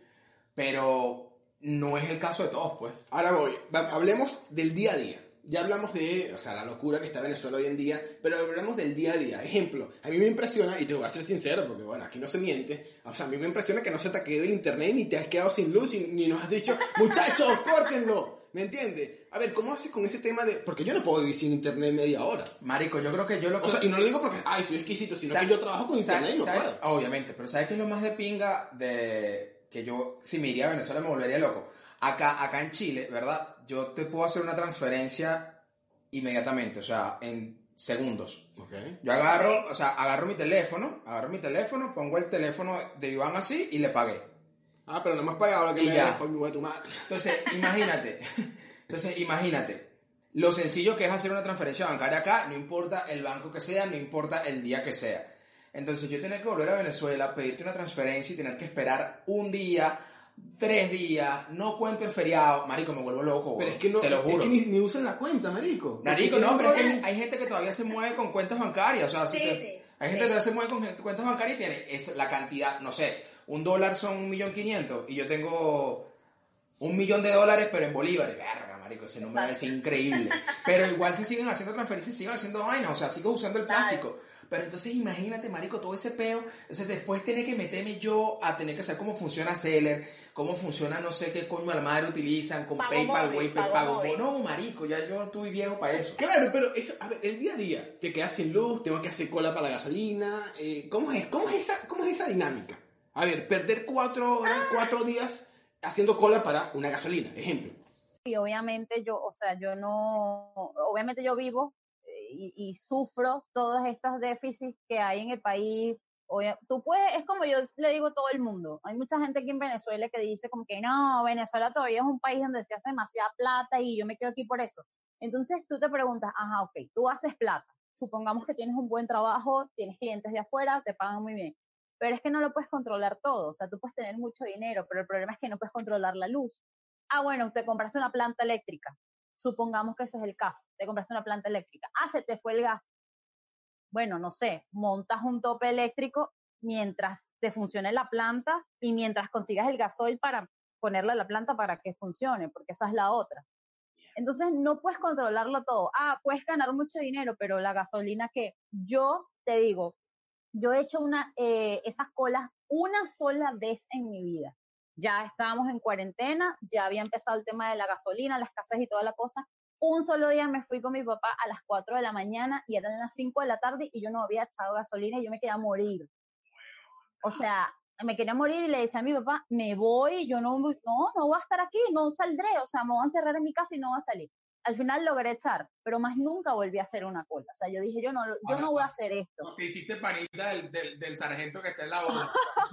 Pero no es el caso de todos, pues. Ahora voy, va- hablemos del día a día. Ya hablamos de, o sea, la locura que está Venezuela hoy en día, pero hablemos del día a día. Ejemplo, a mí me impresiona, y te voy a ser sincero, porque bueno, aquí no se miente, o sea, a mí me impresiona que no se te ha quedado el internet, ni te has quedado sin luz, y- ni nos has dicho, muchachos, córtenlo, ¿me entiendes? A ver, ¿cómo haces con ese tema de, porque yo no puedo vivir sin internet media hora? Marico, yo creo que yo lo que... O sea, y no lo digo porque, ay, soy exquisito, sino Sa- que yo trabajo con sa- internet y no ¿sabes? puedo. Obviamente, pero ¿sabes qué es lo más de pinga de que yo, si me iría a Venezuela, me volvería loco? Acá, acá en Chile, ¿verdad? Yo te puedo hacer una transferencia inmediatamente, o sea, en segundos. Okay. Yo agarro, o sea, agarro mi teléfono, agarro mi teléfono, pongo el teléfono de Iván así y le pagué. Ah, pero no me has pagado la que Y me ya. fue mi güey, tu madre. Entonces, imagínate, entonces, imagínate, lo sencillo que es hacer una transferencia bancaria acá, no importa el banco que sea, no importa el día que sea. Entonces, yo tener que volver a Venezuela, pedirte una transferencia y tener que esperar un día, tres días, no cuento el feriado, marico, me vuelvo loco, Pero güey, es que no, te lo es juro. que ni, ni usan la cuenta, marico. Marico, Porque no, pero es que tienen- hay gente que todavía se mueve con cuentas bancarias, o sea, Sí, si te- sí, hay gente sí. que todavía se mueve con gente- cuentas bancarias y tiene es la cantidad, no sé, un dólar son un millón quinientos y yo tengo un millón de dólares, pero en bolívares, verga, marico, ese número es Exacto. increíble, pero igual se siguen haciendo transferencias, siguen haciendo vainas, o sea, sigo usando el Claro. plástico. Pero entonces imagínate, marico, todo ese peo. Entonces después tener que meterme yo a tener que saber cómo funciona Seller, cómo funciona no sé qué coño a la madre utilizan, con Pago PayPal, móvil, Waypay, pago pago. móvil. No, marico, ya yo estoy viejo para eso. Claro, pero eso, a ver, el día a día, te quedas sin luz, tengo que hacer cola para la gasolina, eh, ¿cómo es? ¿Cómo es esa, cómo es esa dinámica? A ver, perder cuatro horas, cuatro días haciendo cola para una gasolina, ejemplo. Y obviamente yo, o sea, yo no, obviamente yo vivo eh, y, y sufro todos estos déficits que hay en el país. Obvia- tú puedes, es como yo le digo a todo el mundo, hay mucha gente aquí en Venezuela que dice como que no, Venezuela todavía es un país donde se hace demasiada plata y yo me quedo aquí por eso. Entonces tú te preguntas, ajá, ok, tú haces plata, supongamos que tienes un buen trabajo, tienes clientes de afuera, te pagan muy bien, pero es que no lo puedes controlar todo, o sea, tú puedes tener mucho dinero, pero el problema es que no puedes controlar la luz. Ah, bueno, te compraste una planta eléctrica, supongamos que ese es el caso, te compraste una planta eléctrica, ah, se te fue el gas. Bueno, no sé, montas un tope eléctrico mientras te funcione la planta y mientras consigas el gasoil para ponerle a la planta para que funcione, porque esa es la otra. Entonces no puedes controlarlo todo. Ah, puedes ganar mucho dinero, pero la gasolina que yo te digo, yo he hecho una, eh, esas colas una sola vez en mi vida. Ya estábamos en cuarentena, ya había empezado el tema de la gasolina, las casas y toda la cosa. Un solo día me fui con mi papá a las cuatro de la mañana y eran las cinco de la tarde y yo no había echado gasolina y yo me quería morir. O sea, me quería morir y le decía a mi papá, me voy, yo no, no, no voy a estar aquí, no saldré, o sea, me voy a encerrar en mi casa y no voy a salir. Al final logré echar, pero más nunca volví a hacer una cola. O sea, yo dije, yo no, yo no voy a hacer esto. Porque hiciste panita del, del, del sargento que está en la boda.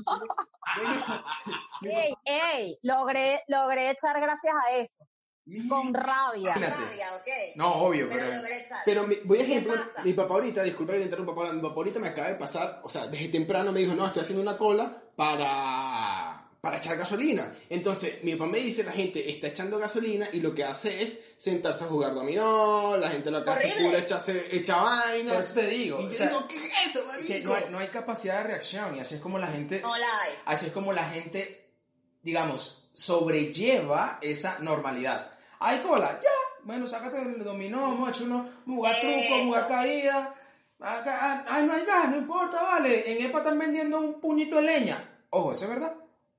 ¡Ey, ey! Logré, logré echar gracias a eso, con rabia. Imagínate. Rabia, ok. No, obvio, Pero pero... logré echar. Pero mi, voy a ¿Qué ejemplo, pasa? mi papá ahorita, disculpa que te interrumpa, Paola, mi papá ahorita me acaba de pasar, o sea, desde temprano me dijo, no, estoy haciendo una cola para, para echar gasolina. Entonces, mi papá me dice, la gente está echando gasolina y lo que hace es sentarse a jugar dominó, la gente lo que hace es Horrible. pura echarse, echa vaina. Por eso te digo, Y yo o sea, digo, ¿qué es eso, marico? que no hay, no hay capacidad de reacción y así es como la gente... No la hay. Así es como la gente, digamos, sobrelleva esa normalidad. Hay cola, ya, bueno, sácate el dominó, vamos a echar uno, vamos a jugar truco, vamos a jugar Eso. caída. Acá, ah, ay, no hay gas, no importa, vale. En EPA están vendiendo un puñito de leña. Ojo, eso es verdad.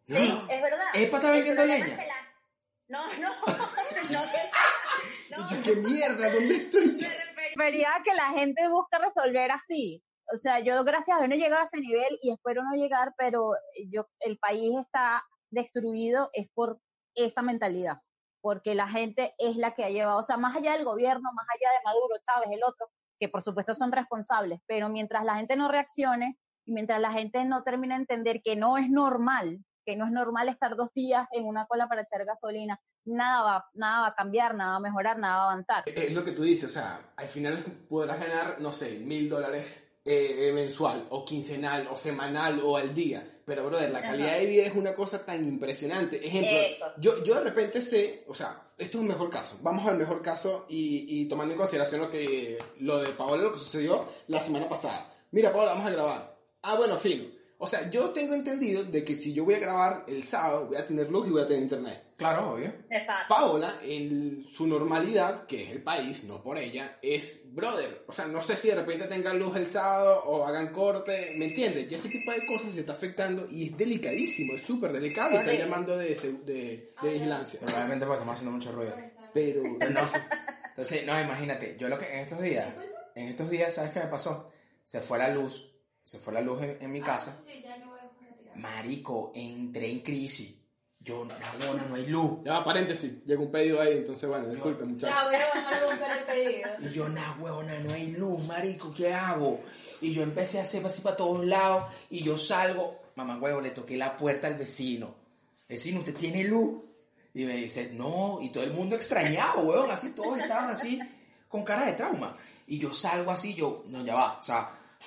Sí, No. es verdad. ¿Epa está El vendiendo problema leña? es que la- No, no, no, que... no, Y yo, ¿qué mierda? ¿Dónde estoy yo? me refería- Prefería que la gente busca resolver así. O sea, yo gracias a Dios no he llegado a ese nivel y espero no llegar, pero yo, el país está destruido es por esa mentalidad, porque la gente es la que ha llevado, o sea, más allá del gobierno, más allá de Maduro, Chávez, el otro, que por supuesto son responsables, pero mientras la gente no reaccione y mientras la gente no termine de entender que no es normal, que no es normal estar dos días en una cola para echar gasolina, nada va, nada va a cambiar, nada va a mejorar, nada va a avanzar. Es lo que tú dices, o sea, al final podrás ganar, no sé, mil dólares eh, mensual, o quincenal, o semanal, o al día. Pero, brother, la calidad Ajá. de vida es una cosa tan impresionante. Ejemplo, Eso. yo, yo de repente sé, o sea, esto es un mejor caso. Vamos al mejor caso y, y tomando en consideración lo que lo de Paola, lo que sucedió la semana pasada. Mira, Paola, vamos a grabar. Ah, bueno, fino. O sea, yo tengo entendido de que si yo voy a grabar el sábado, voy a tener luz y voy a tener internet. Claro, obvio. Exacto. Paola, en su normalidad, que es el país, no por ella, es brother. O sea, no sé si de repente tengan luz el sábado o hagan corte, ¿me entiendes? Y ese tipo de cosas se está afectando y es delicadísimo, es súper delicado y están Horrible. llamando de, seg- de, de vigilancia. Probablemente porque estamos haciendo mucho ruido. Pero, No sé. Entonces, no, imagínate, yo lo que en estos días, en estos días, ¿sabes qué me pasó? Se fue la luz, se fue la luz en, en mi casa. Sí, ya yo voy a retirar. Marico, entré en crisis. Yo, no, no, no hay luz. ya va, paréntesis, llega un pedido ahí, entonces bueno, disculpen muchachos. Ya voy a bajar a buscar el pedido. Y yo, nah, huevona, no hay luz, marico, ¿qué hago? Y yo empecé a hacer así para todos lados, y yo salgo, mamá huevo, le toqué la puerta al vecino. Vecino, ¿usted tiene luz? Y me dice, no, y todo el mundo extrañado, huevón, así, todos estaban así, con cara de trauma. Y yo salgo así, yo, no, ya va, o sea,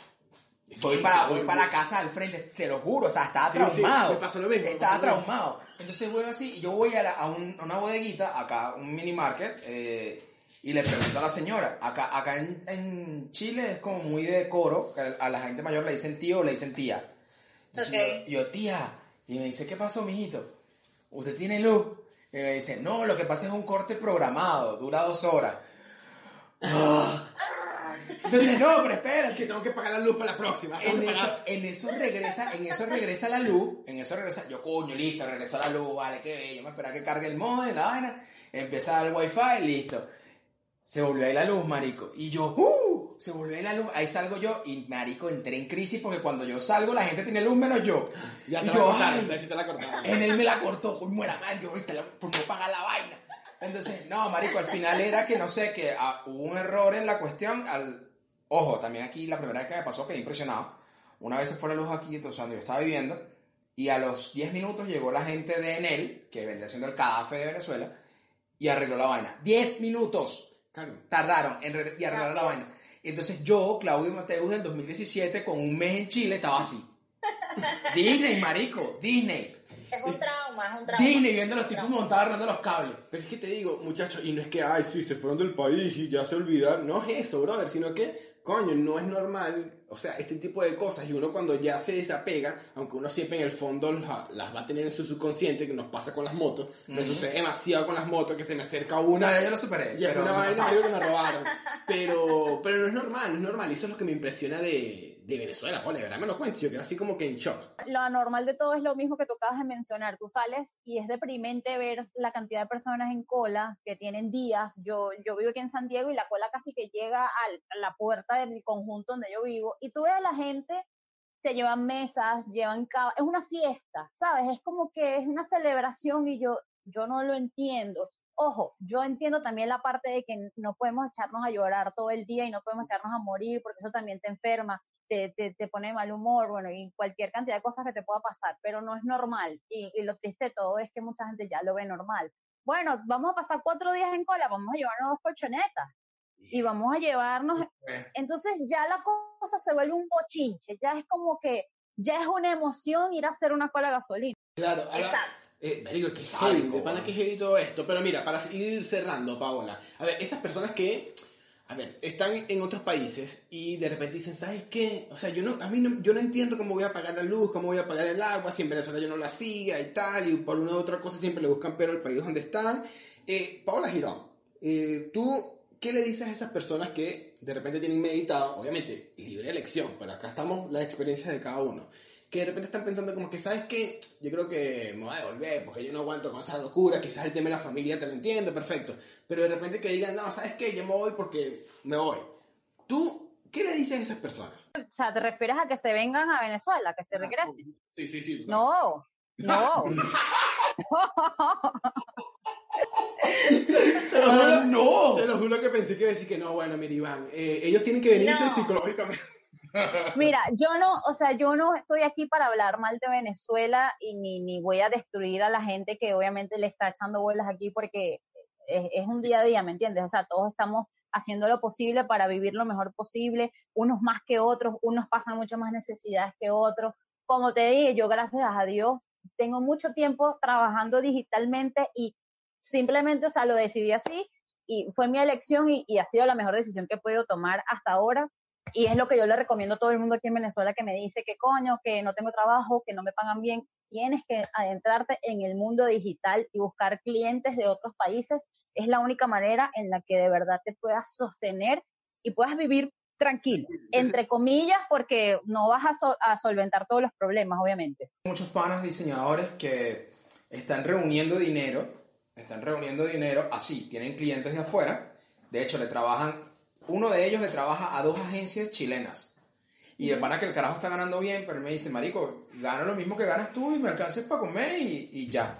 voy para, voy para la casa al frente, te lo juro, o sea, estaba Sí, sí, traumado. me pasó lo mismo, me Estaba pasó lo mismo. traumado. Entonces voy así, y yo voy a, la- a, un- a una bodeguita, acá, un mini market, eh, y le pregunto a la señora, acá, acá en, en Chile es como muy de decoro, que a la gente mayor le dicen tío o le dicen tía. Entonces Ok. yo, yo, tía, y me dice, ¿qué pasó, mijito? ¿Usted tiene luz? Y me dice, no, lo que pasa es un corte programado, dura dos horas. Entonces, no, pero espérate. Que tengo que pagar la luz para la próxima. tengo En que eso, pagar. en eso regresa, en eso regresa la luz, en eso regresa, yo coño, listo, regresó la luz, vale, qué bello, me espera que cargue el modem, la vaina, empieza el wifi, listo. Se volvió ahí la luz, marico, y yo, ¡uh! Se volvió ahí la luz, ahí salgo yo, y marico, entré en crisis porque cuando yo salgo la gente tiene luz menos yo. Ya y te yo, la cortaron, ay, entonces sí te la cortaron. en él me la cortó, coño, muera madre, yo ahorita la, por no pagar la vaina. Entonces, no, marico, al final era que, no sé, que ah, hubo un error en la cuestión, al... Ojo, también aquí la primera vez que me pasó quedé impresionado. Una vez se fue la luz aquí, entonces donde yo estaba viviendo, y a los diez minutos llegó la gente de Enel, que vendría siendo el CADAFE de Venezuela, y arregló la vaina. diez minutos Claro. tardaron en re- y arreglar la vaina. Y entonces yo, Claudio Mateus, del dos mil diecisiete, con un mes en Chile, estaba así. Disney, marico, Disney. Es un trauma, es un trauma. Disney, viendo a los Un tipos trauma. montados arreglando los cables. Pero es que te digo, muchachos, y no es que, ay, sí, se fueron del país y ya se olvidaron. No es eso, brother, sino que, coño, no es normal, o sea, este tipo de cosas. Y uno cuando ya se desapega, aunque uno siempre en el fondo la- las va a tener en su subconsciente, que nos pasa con las motos. Me Ujú. sucede demasiado con las motos, que se me acerca No, una. yo lo superé. Y es pero una me vaina pasaba. algo que me robaron. Pero, pero no es normal, no es normal. Y eso es lo que me impresiona de, de Venezuela. Pues, de verdad me lo cuento. Yo quedé así como que en shock. Lo anormal de todo es lo mismo que tú acabas de mencionar. Tú sales y es deprimente ver la cantidad de personas en cola que tienen días. Yo, yo vivo aquí en San Diego y la cola casi que llega al- a la puerta del conjunto donde yo vivo. Y tú ves a la gente, se llevan mesas, llevan cava. Es una fiesta, ¿sabes? Es como que es una celebración y yo, yo no lo entiendo. Ojo, yo entiendo también la parte de que no podemos echarnos a llorar todo el día y no podemos echarnos a morir porque eso también te enferma. Te, te, te pone de mal humor, bueno, y cualquier cantidad de cosas que te pueda pasar, pero no es normal. Y, y lo triste de todo es que mucha gente ya lo ve normal. Bueno, vamos a pasar cuatro días en cola, vamos a llevarnos dos colchonetas y vamos a llevarnos. Eh, Entonces ya la cosa se vuelve un bochinche, ya es como que ya es una emoción ir a hacer una cola de gasolina. Claro, ahora, Exacto. eh, marico, que Sádico, heavy, de pana weón. que heavy todo esto. Pero mira, para ir cerrando, Paola. A ver, esas personas que, a ver, están en otros países y de repente dicen, ¿sabes qué? O sea, yo no, a mí no, yo no entiendo cómo voy a pagar la luz, cómo voy a pagar el agua, si en Venezuela yo no lo hacía y tal, y por una u otra cosa siempre le buscan pero al país donde están. Eh, Paola Girón, eh, tú, ¿qué le dices a esas personas que de repente tienen meditado, obviamente, libre elección, pero acá estamos las experiencias de cada uno? que de repente están pensando como que, ¿sabes qué? Yo creo que me voy a devolver porque yo no aguanto con esta locura, quizás el tema de la familia te lo entiendo, perfecto, pero de repente que digan, no, ¿sabes qué? Yo me voy porque me voy. ¿Tú qué le dices a esas personas? O sea, ¿te refieres a que se vengan a Venezuela, que se regresen? Sí, sí, sí. No, no. Te lo juro, ¡Ah, no! Te lo juro que pensé que iba a decir que no, bueno, mira, Iván, eh, ellos tienen que venirse No. psicológicamente. Mira, yo no, o sea, yo no estoy aquí para hablar mal de Venezuela y ni, ni voy a destruir a la gente que obviamente le está echando bolas aquí porque es, es un día a día, ¿me entiendes? O sea, todos estamos haciendo lo posible para vivir lo mejor posible, unos más que otros, unos pasan mucho más necesidades que otros. Como te dije, yo gracias a Dios tengo mucho tiempo trabajando digitalmente y simplemente, o sea, lo decidí así y fue mi elección y, y ha sido la mejor decisión que he podido tomar hasta ahora. Y es lo que yo le recomiendo a todo el mundo aquí en Venezuela que me dice que coño, que no tengo trabajo, que no me pagan bien. Tienes que adentrarte en el mundo digital y buscar clientes de otros países. Es la única manera en la que de verdad te puedas sostener y puedas vivir tranquilo, entre comillas, porque no vas a, sol- a solventar todos los problemas, obviamente. Muchos panas diseñadores que están reuniendo dinero, están reuniendo dinero así, tienen clientes de afuera, de hecho le trabajan, uno de ellos le trabaja a dos agencias chilenas, y de pana que el carajo está ganando bien, pero él me dice, marico, gano lo mismo que ganas tú y me alcances para comer y, y ya.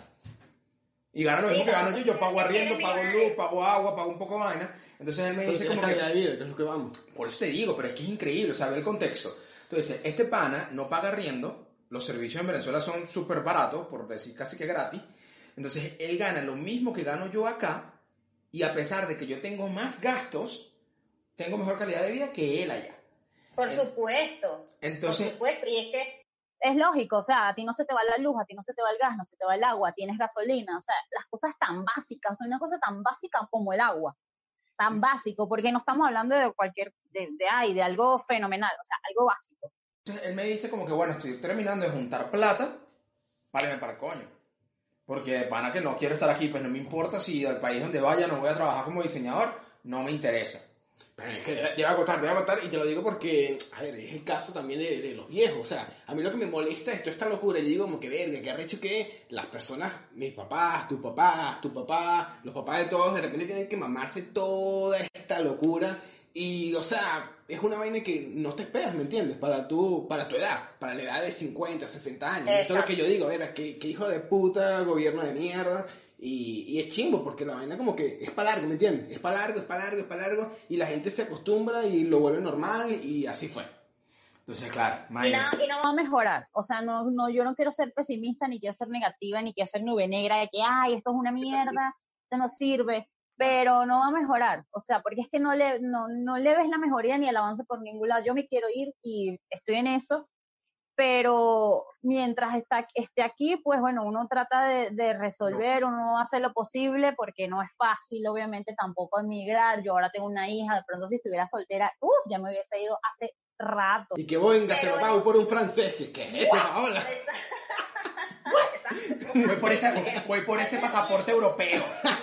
Y gano lo Sí, mismo que no, gano yo, yo pago arriendo, eres pago millonario. luz, pago agua, pago un poco de vaina, entonces él me Entonces, dice ¿qué como que... calidad de vida? ¿Qué es lo que vamos? Por eso te digo, pero es que es increíble, o sea, ve el contexto. Entonces, este pana no paga arriendo, los servicios en Venezuela son súper baratos, por decir casi que gratis. Entonces, él gana lo mismo que gano yo acá, y a pesar de que yo tengo más gastos, tengo mejor calidad de vida que él allá. Por En- supuesto. Entonces, Por supuesto. Y es que Es lógico, o sea, a ti no se te va la luz, a ti no se te va el gas, no se te va el agua, tienes gasolina, o sea, las cosas tan básicas, una cosa tan básica como el agua, tan básico, porque no estamos hablando de cualquier, de, de, ay, de algo fenomenal, o sea, algo básico. él me dice como que, bueno, estoy terminando de juntar plata para irme para el coño. Porque de pana que no quiero estar aquí, pues no me importa si al país donde vaya no voy a trabajar como diseñador, no me interesa. Pero es que te va a contar, te va a contar, y te lo digo porque, a ver, es el caso también de, de los viejos, o sea, a mí lo que me molesta es toda esta locura, yo digo como que verga, que arrecho que las personas, mis papás, tus papás, tu papá, los papás de todos, de repente tienen que mamarse toda esta locura, y, o sea, es una vaina que no te esperas, ¿me entiendes? Para tu, para tu edad, para la edad de cincuenta, sesenta años, eso es lo Exacto. que yo digo, verga, que, que hijo de puta, gobierno de mierda. Y, y es chimbo, porque la vaina como que es para largo, ¿me entiendes? Es para largo, es para largo, es para largo, y la gente se acostumbra y lo vuelve normal, y así fue. Entonces, claro, y no, imagínate. y no Va a mejorar, o sea, no, no, yo no quiero ser pesimista, ni quiero ser negativa, ni quiero ser nube negra de que, ay, esto es una mierda, esto no sirve, pero no va a mejorar, o sea, porque es que no le, no, no le ves la mejoría ni el avance por ningún lado. Yo me quiero ir y estoy en eso, pero mientras está, esté aquí, pues bueno, uno trata de, de resolver, uno hace lo posible, porque no es fácil, obviamente, tampoco emigrar. Yo ahora tengo una hija, de pronto si estuviera soltera, uff, ya me hubiese ido hace rato. Y que venga, se lo Pero pago es- por un francés, que ¿qué es eso, Paola? Exacto. Voy por ese, voy por ese pasaporte europeo.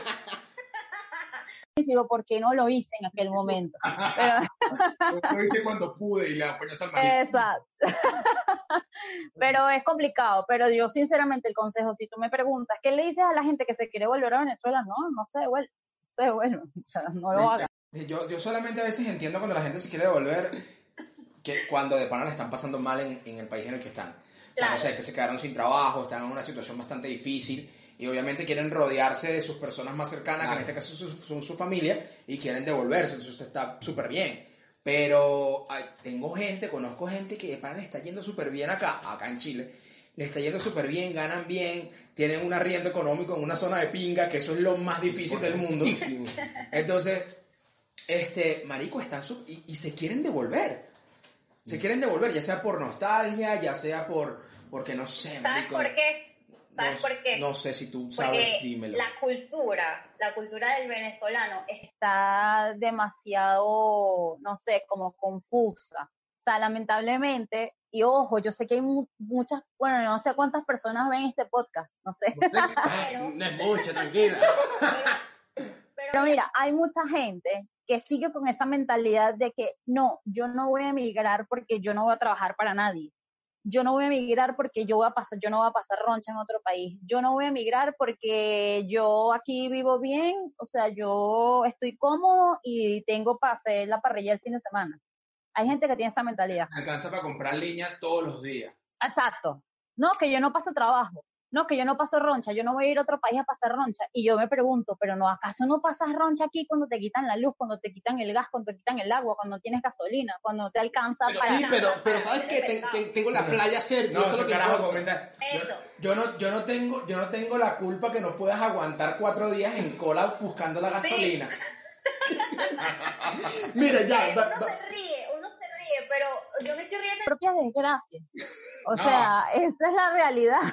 Y digo, ¿por qué no lo hice en aquel momento? Pero, Lo hice cuando pude y la apoyas al marido. exacto. Pero es complicado, pero yo sinceramente el consejo, si tú me preguntas, ¿qué le dices a la gente que se quiere volver a Venezuela? No, no se devuelve, no se devuelve, o sea, no lo hagan. Yo, yo solamente a veces entiendo cuando la gente se quiere devolver, que cuando de pana le están pasando mal en, en el país en el que están. O sea, Claro. no sé, que se quedaron sin trabajo, están en una situación bastante difícil y obviamente quieren rodearse de sus personas más cercanas, que en este caso son su, su- su familia, y quieren devolverse, entonces usted está súper bien. Pero ay, tengo gente, conozco gente que de pana le está yendo súper bien acá, acá en Chile, le está yendo súper bien, ganan bien, tienen un arriendo económico en una zona de pinga, que eso es lo más difícil del mundo. Entonces, este, marico, están su- y, y se quieren devolver. Se quieren devolver, ya sea por nostalgia, ya sea por, porque no sé, ¿Sabes marico. por qué? ¿Sabes no, por qué? No sé si tú sabes, Porque dímelo. la cultura, la cultura del venezolano es Está demasiado, no sé, como confusa. O sea, lamentablemente, y ojo, yo sé que hay mu- muchas, bueno, no sé cuántas personas ven este podcast, no sé. Ay, no es mucho, tranquila. Pero mira, hay mucha gente que sigue con esa mentalidad de que no, yo no voy a emigrar porque yo no voy a trabajar para nadie. yo no voy a emigrar porque yo voy a pasar, yo no voy a pasar roncha en otro país. Yo no voy a emigrar porque yo aquí vivo bien, o sea, yo estoy cómodo y tengo para hacer la parrilla el fin de semana. Hay gente que tiene esa mentalidad. Me alcanza para comprar leña todos los días. Exacto. No, que yo no paso trabajo. No, que yo no paso roncha. Yo no voy a ir a otro país a pasar roncha. Y yo me pregunto, ¿pero no acaso no pasas roncha aquí cuando te quitan la luz, cuando te quitan el gas, cuando te quitan el agua, cuando tienes gasolina, cuando no te alcanza Pero para sí, nada? pero, pero ¿sabes qué? Ten- ten- tengo la playa cerca. No, eso es eso lo que carajo importa. comenta. Yo, Eso. yo no, yo no tengo, yo no tengo la culpa que no puedas aguantar cuatro días en cola buscando la gasolina. Mira, ya. Eh, va- uno va- se ríe, uno se ríe, pero yo me estoy riendo. Propias desgracias. O No. sea, esa es la realidad.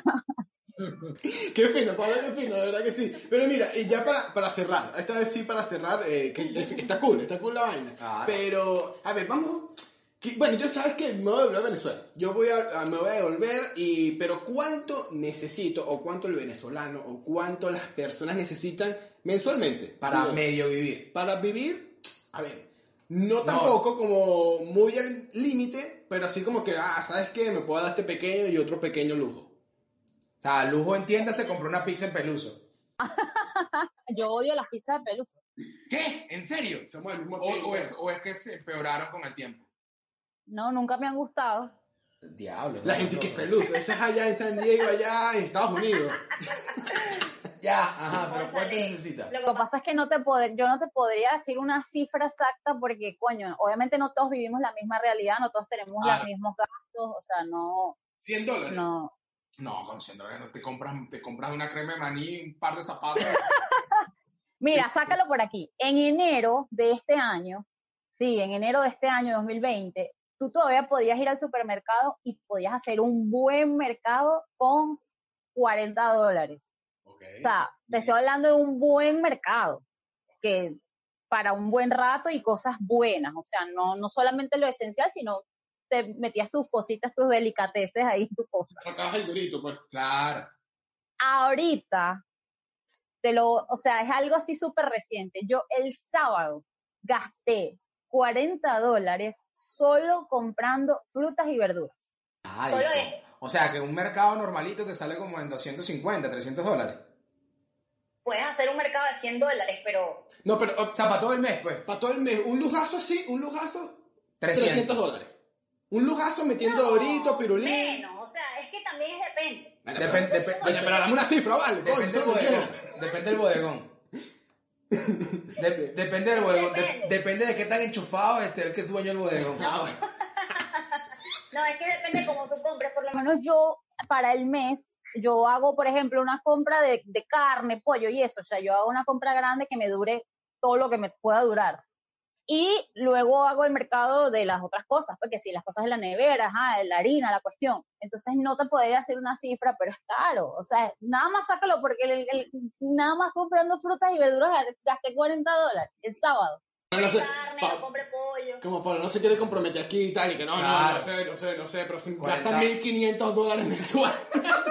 Qué fino, Pablo, qué fino, de verdad que sí. Pero mira, y ya para, para cerrar, esta vez sí para cerrar, eh, que está cool, está cool la vaina. Claro. Pero, a ver, vamos. que- bueno, yo sabes que me voy a devolver a Venezuela. Yo voy a, a- me voy a devolver, y, pero ¿cuánto necesito, o cuánto el venezolano, o cuánto las personas necesitan mensualmente Para Digo, medio vivir. para vivir? A ver, no tampoco como muy al límite, pero así como que, ah, ¿sabes qué? Me puedo dar este pequeño y otro pequeño lujo. O sea, lujo en tienda se compró una pizza en Peluso. Yo odio las pizzas de peluso. ¿Qué? ¿En serio? Somos el mismo O, país, o es, ¿sabes? o es que se empeoraron con el tiempo. No, nunca me han gustado. Diablo. La no, gente no, que es no. peluso, esa es allá en San Diego, allá en Estados Unidos. Ya, ajá, pero ¿cuánto Cónchale, necesitas? Lo Lo que que pasa es que no te poder, yo no te podría decir una cifra exacta porque, coño, obviamente no todos vivimos la misma realidad, no todos tenemos Claro. los mismos gastos, o sea, no, ¿cien dólares? no. No, con cien dólares no te compras, te compras una crema de maní, un par de zapatos. Mira, sácalo por aquí. En enero de este año, sí, en enero de este año dos mil veinte, tú todavía podías ir al supermercado y podías hacer un buen mercado con cuarenta dólares. Ok. O sea, te estoy hablando de un buen mercado, que para un buen rato y cosas buenas, o sea, no, no solamente lo esencial, sino te metías tus cositas, tus delicateces ahí, tus cosas. Sacabas el durito, pues. Claro. Ahorita, te lo, o sea, es algo así súper reciente. Yo el sábado gasté cuarenta dólares solo comprando frutas y verduras. Ay, Solo co- eso. o sea, que un mercado normalito te sale como en doscientos cincuenta, trescientos dólares. puedes hacer un mercado de cien dólares, pero No, pero O sea, para todo el mes, pues. para todo el mes, un lujazo así, un lujazo, trescientos. trescientos dólares. Un lujazo metiendo no, dorito, pirulín. menos, o sea, es que también es depende. Bueno, Depende, pero- depe- Coño, pero dame una cifra, vale. coño, Depende del eso es lo que bodegón. quiero. Depende del bodegón. De- depende del bodegón. De- Depende. depende de qué tan enchufado esté el que es dueño del bodegón. Ah, bueno. No, es que depende cómo tú compres, por lo Por lo menos. menos yo, para el mes, yo hago, por ejemplo, una compra de, de carne, pollo y eso. O sea, yo hago una compra grande que me dure todo lo que me pueda durar. Y luego hago el mercado de las otras cosas, porque si las cosas de la nevera, ajá, la harina, la cuestión. Entonces no te podría hacer una cifra, pero es caro. O sea, nada más sácalo, porque el, el- nada más comprando frutas y verduras gasté cuarenta dólares el sábado. No, no sé, Carne, pa- no compre pollo. como Pablo no se quiere comprometer aquí y tal, y que no, no, Claro. no sé, no sé, no sé, pero se cuarenta. gastan mil quinientos dólares mensuales.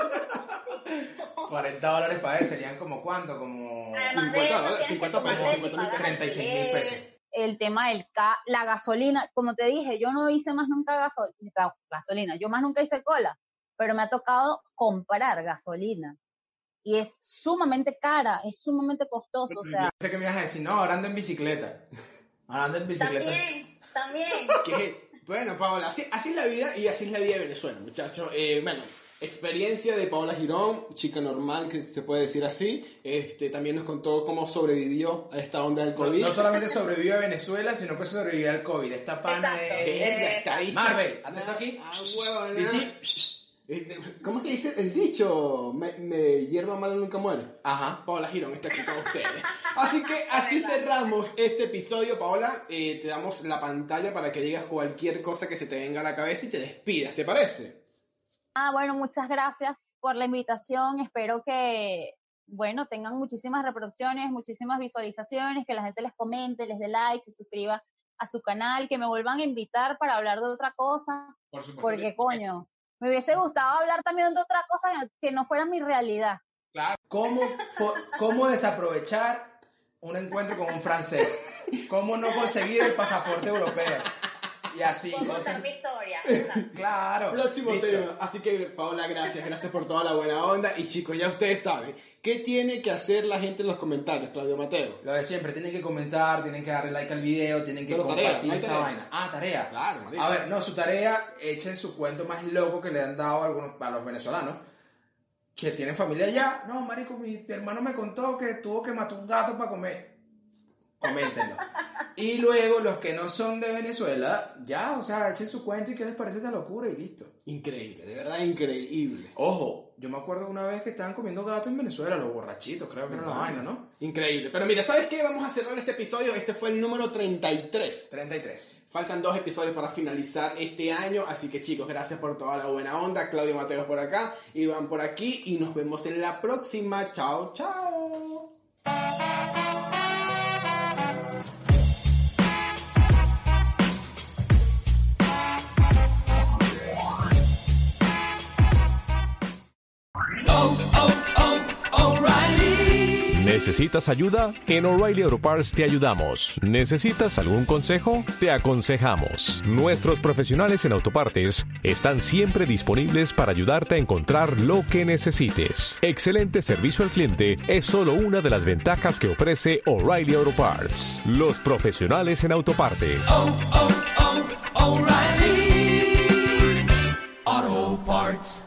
cuarenta dólares para él serían como cuánto, como Además de cincuenta eso, dólares, tienes que cincuenta pesos, sumarle si cincuenta mil pagas treinta y seis mil alquiler. pesos. El tema del ca la gasolina, como te dije, yo no hice más nunca gaso ga- gasolina, yo más nunca hice cola, pero me ha tocado comprar gasolina. Y es sumamente cara, es sumamente costoso, o sea, Pensé que me ibas a decir, no, ahora ando en bicicleta. Ahora ando en bicicleta. También, también. Que, bueno, Paola, así, así es la vida y así es la vida de Venezuela, muchachos. Eh, bueno, experiencia de Paola Girón, chica normal, que se puede decir así. Este, también nos contó cómo sobrevivió a esta onda del No, COVID. no solamente sobrevivió a Venezuela, sino que sobrevivió al COVID. Esta pana Exacto. es... Verga, está ahí. Marvel, atento aquí. Ah, huevo, D C. Este, ¿Cómo es que dice el dicho? Me, me hierba mala nunca muere. Ajá. Paola Girón está aquí con ustedes. Así que así cerramos este episodio, Paola. Eh, te damos la pantalla para que digas cualquier cosa que se te venga a la cabeza y te despidas, ¿te parece? ah, bueno, muchas gracias por la invitación, espero que, bueno, tengan muchísimas reproducciones, muchísimas visualizaciones, que la gente les comente, les dé like, se suscriba a su canal, que me vuelvan a invitar para hablar de otra cosa, Por supuesto. porque coño, me hubiese gustado hablar también de otra cosa que no fuera mi realidad. ¿Cómo, co- ¿Cómo desaprovechar un encuentro con un francés? ¿Cómo no conseguir el pasaporte europeo? Y así, Puedo cosas. contar mi historia. Exacto. Claro. Próximo listo. tema. Así que, Paola, gracias. Gracias por toda la buena onda. Y chicos, ya ustedes saben, ¿qué tiene que hacer la gente en los comentarios, Claudio Mateo? Lo de siempre, tienen que comentar, tienen que darle like al video, tienen que Pero tarea, compartir no hay esta tarea. vaina. Ah, tarea. Claro, marico. A ver, no, su tarea, echen su cuento más loco que le han dado a, algunos, a los venezolanos que tienen familia allá. No, marico, mi, mi hermano me contó que tuvo que matar un gato para comer. Coméntenlo. Y luego los que no son de Venezuela, ya, o sea, echen su cuento y qué les parece esta locura y listo. Increíble, de verdad increíble. Ojo, yo me acuerdo una vez que estaban comiendo gato en Venezuela, los borrachitos, creo que era la vaina, ¿no? Increíble. Pero mira, ¿sabes qué? Vamos a cerrar este episodio. Este fue el número treinta y tres. treinta y tres. Faltan dos episodios para finalizar este año, así que chicos, gracias por toda la buena onda. Claudio Mateos por acá, Iván por aquí y nos vemos en la próxima. Chao, chao. ¿Necesitas ayuda? En O'Reilly Auto Parts te ayudamos. ¿Necesitas algún consejo? Te aconsejamos. Nuestros profesionales en autopartes están siempre disponibles para ayudarte a encontrar lo que necesites. Excelente servicio al cliente es solo una de las ventajas que ofrece O'Reilly Auto Parts. Los profesionales en autopartes. Oh, oh, oh, O'Reilly Auto Parts.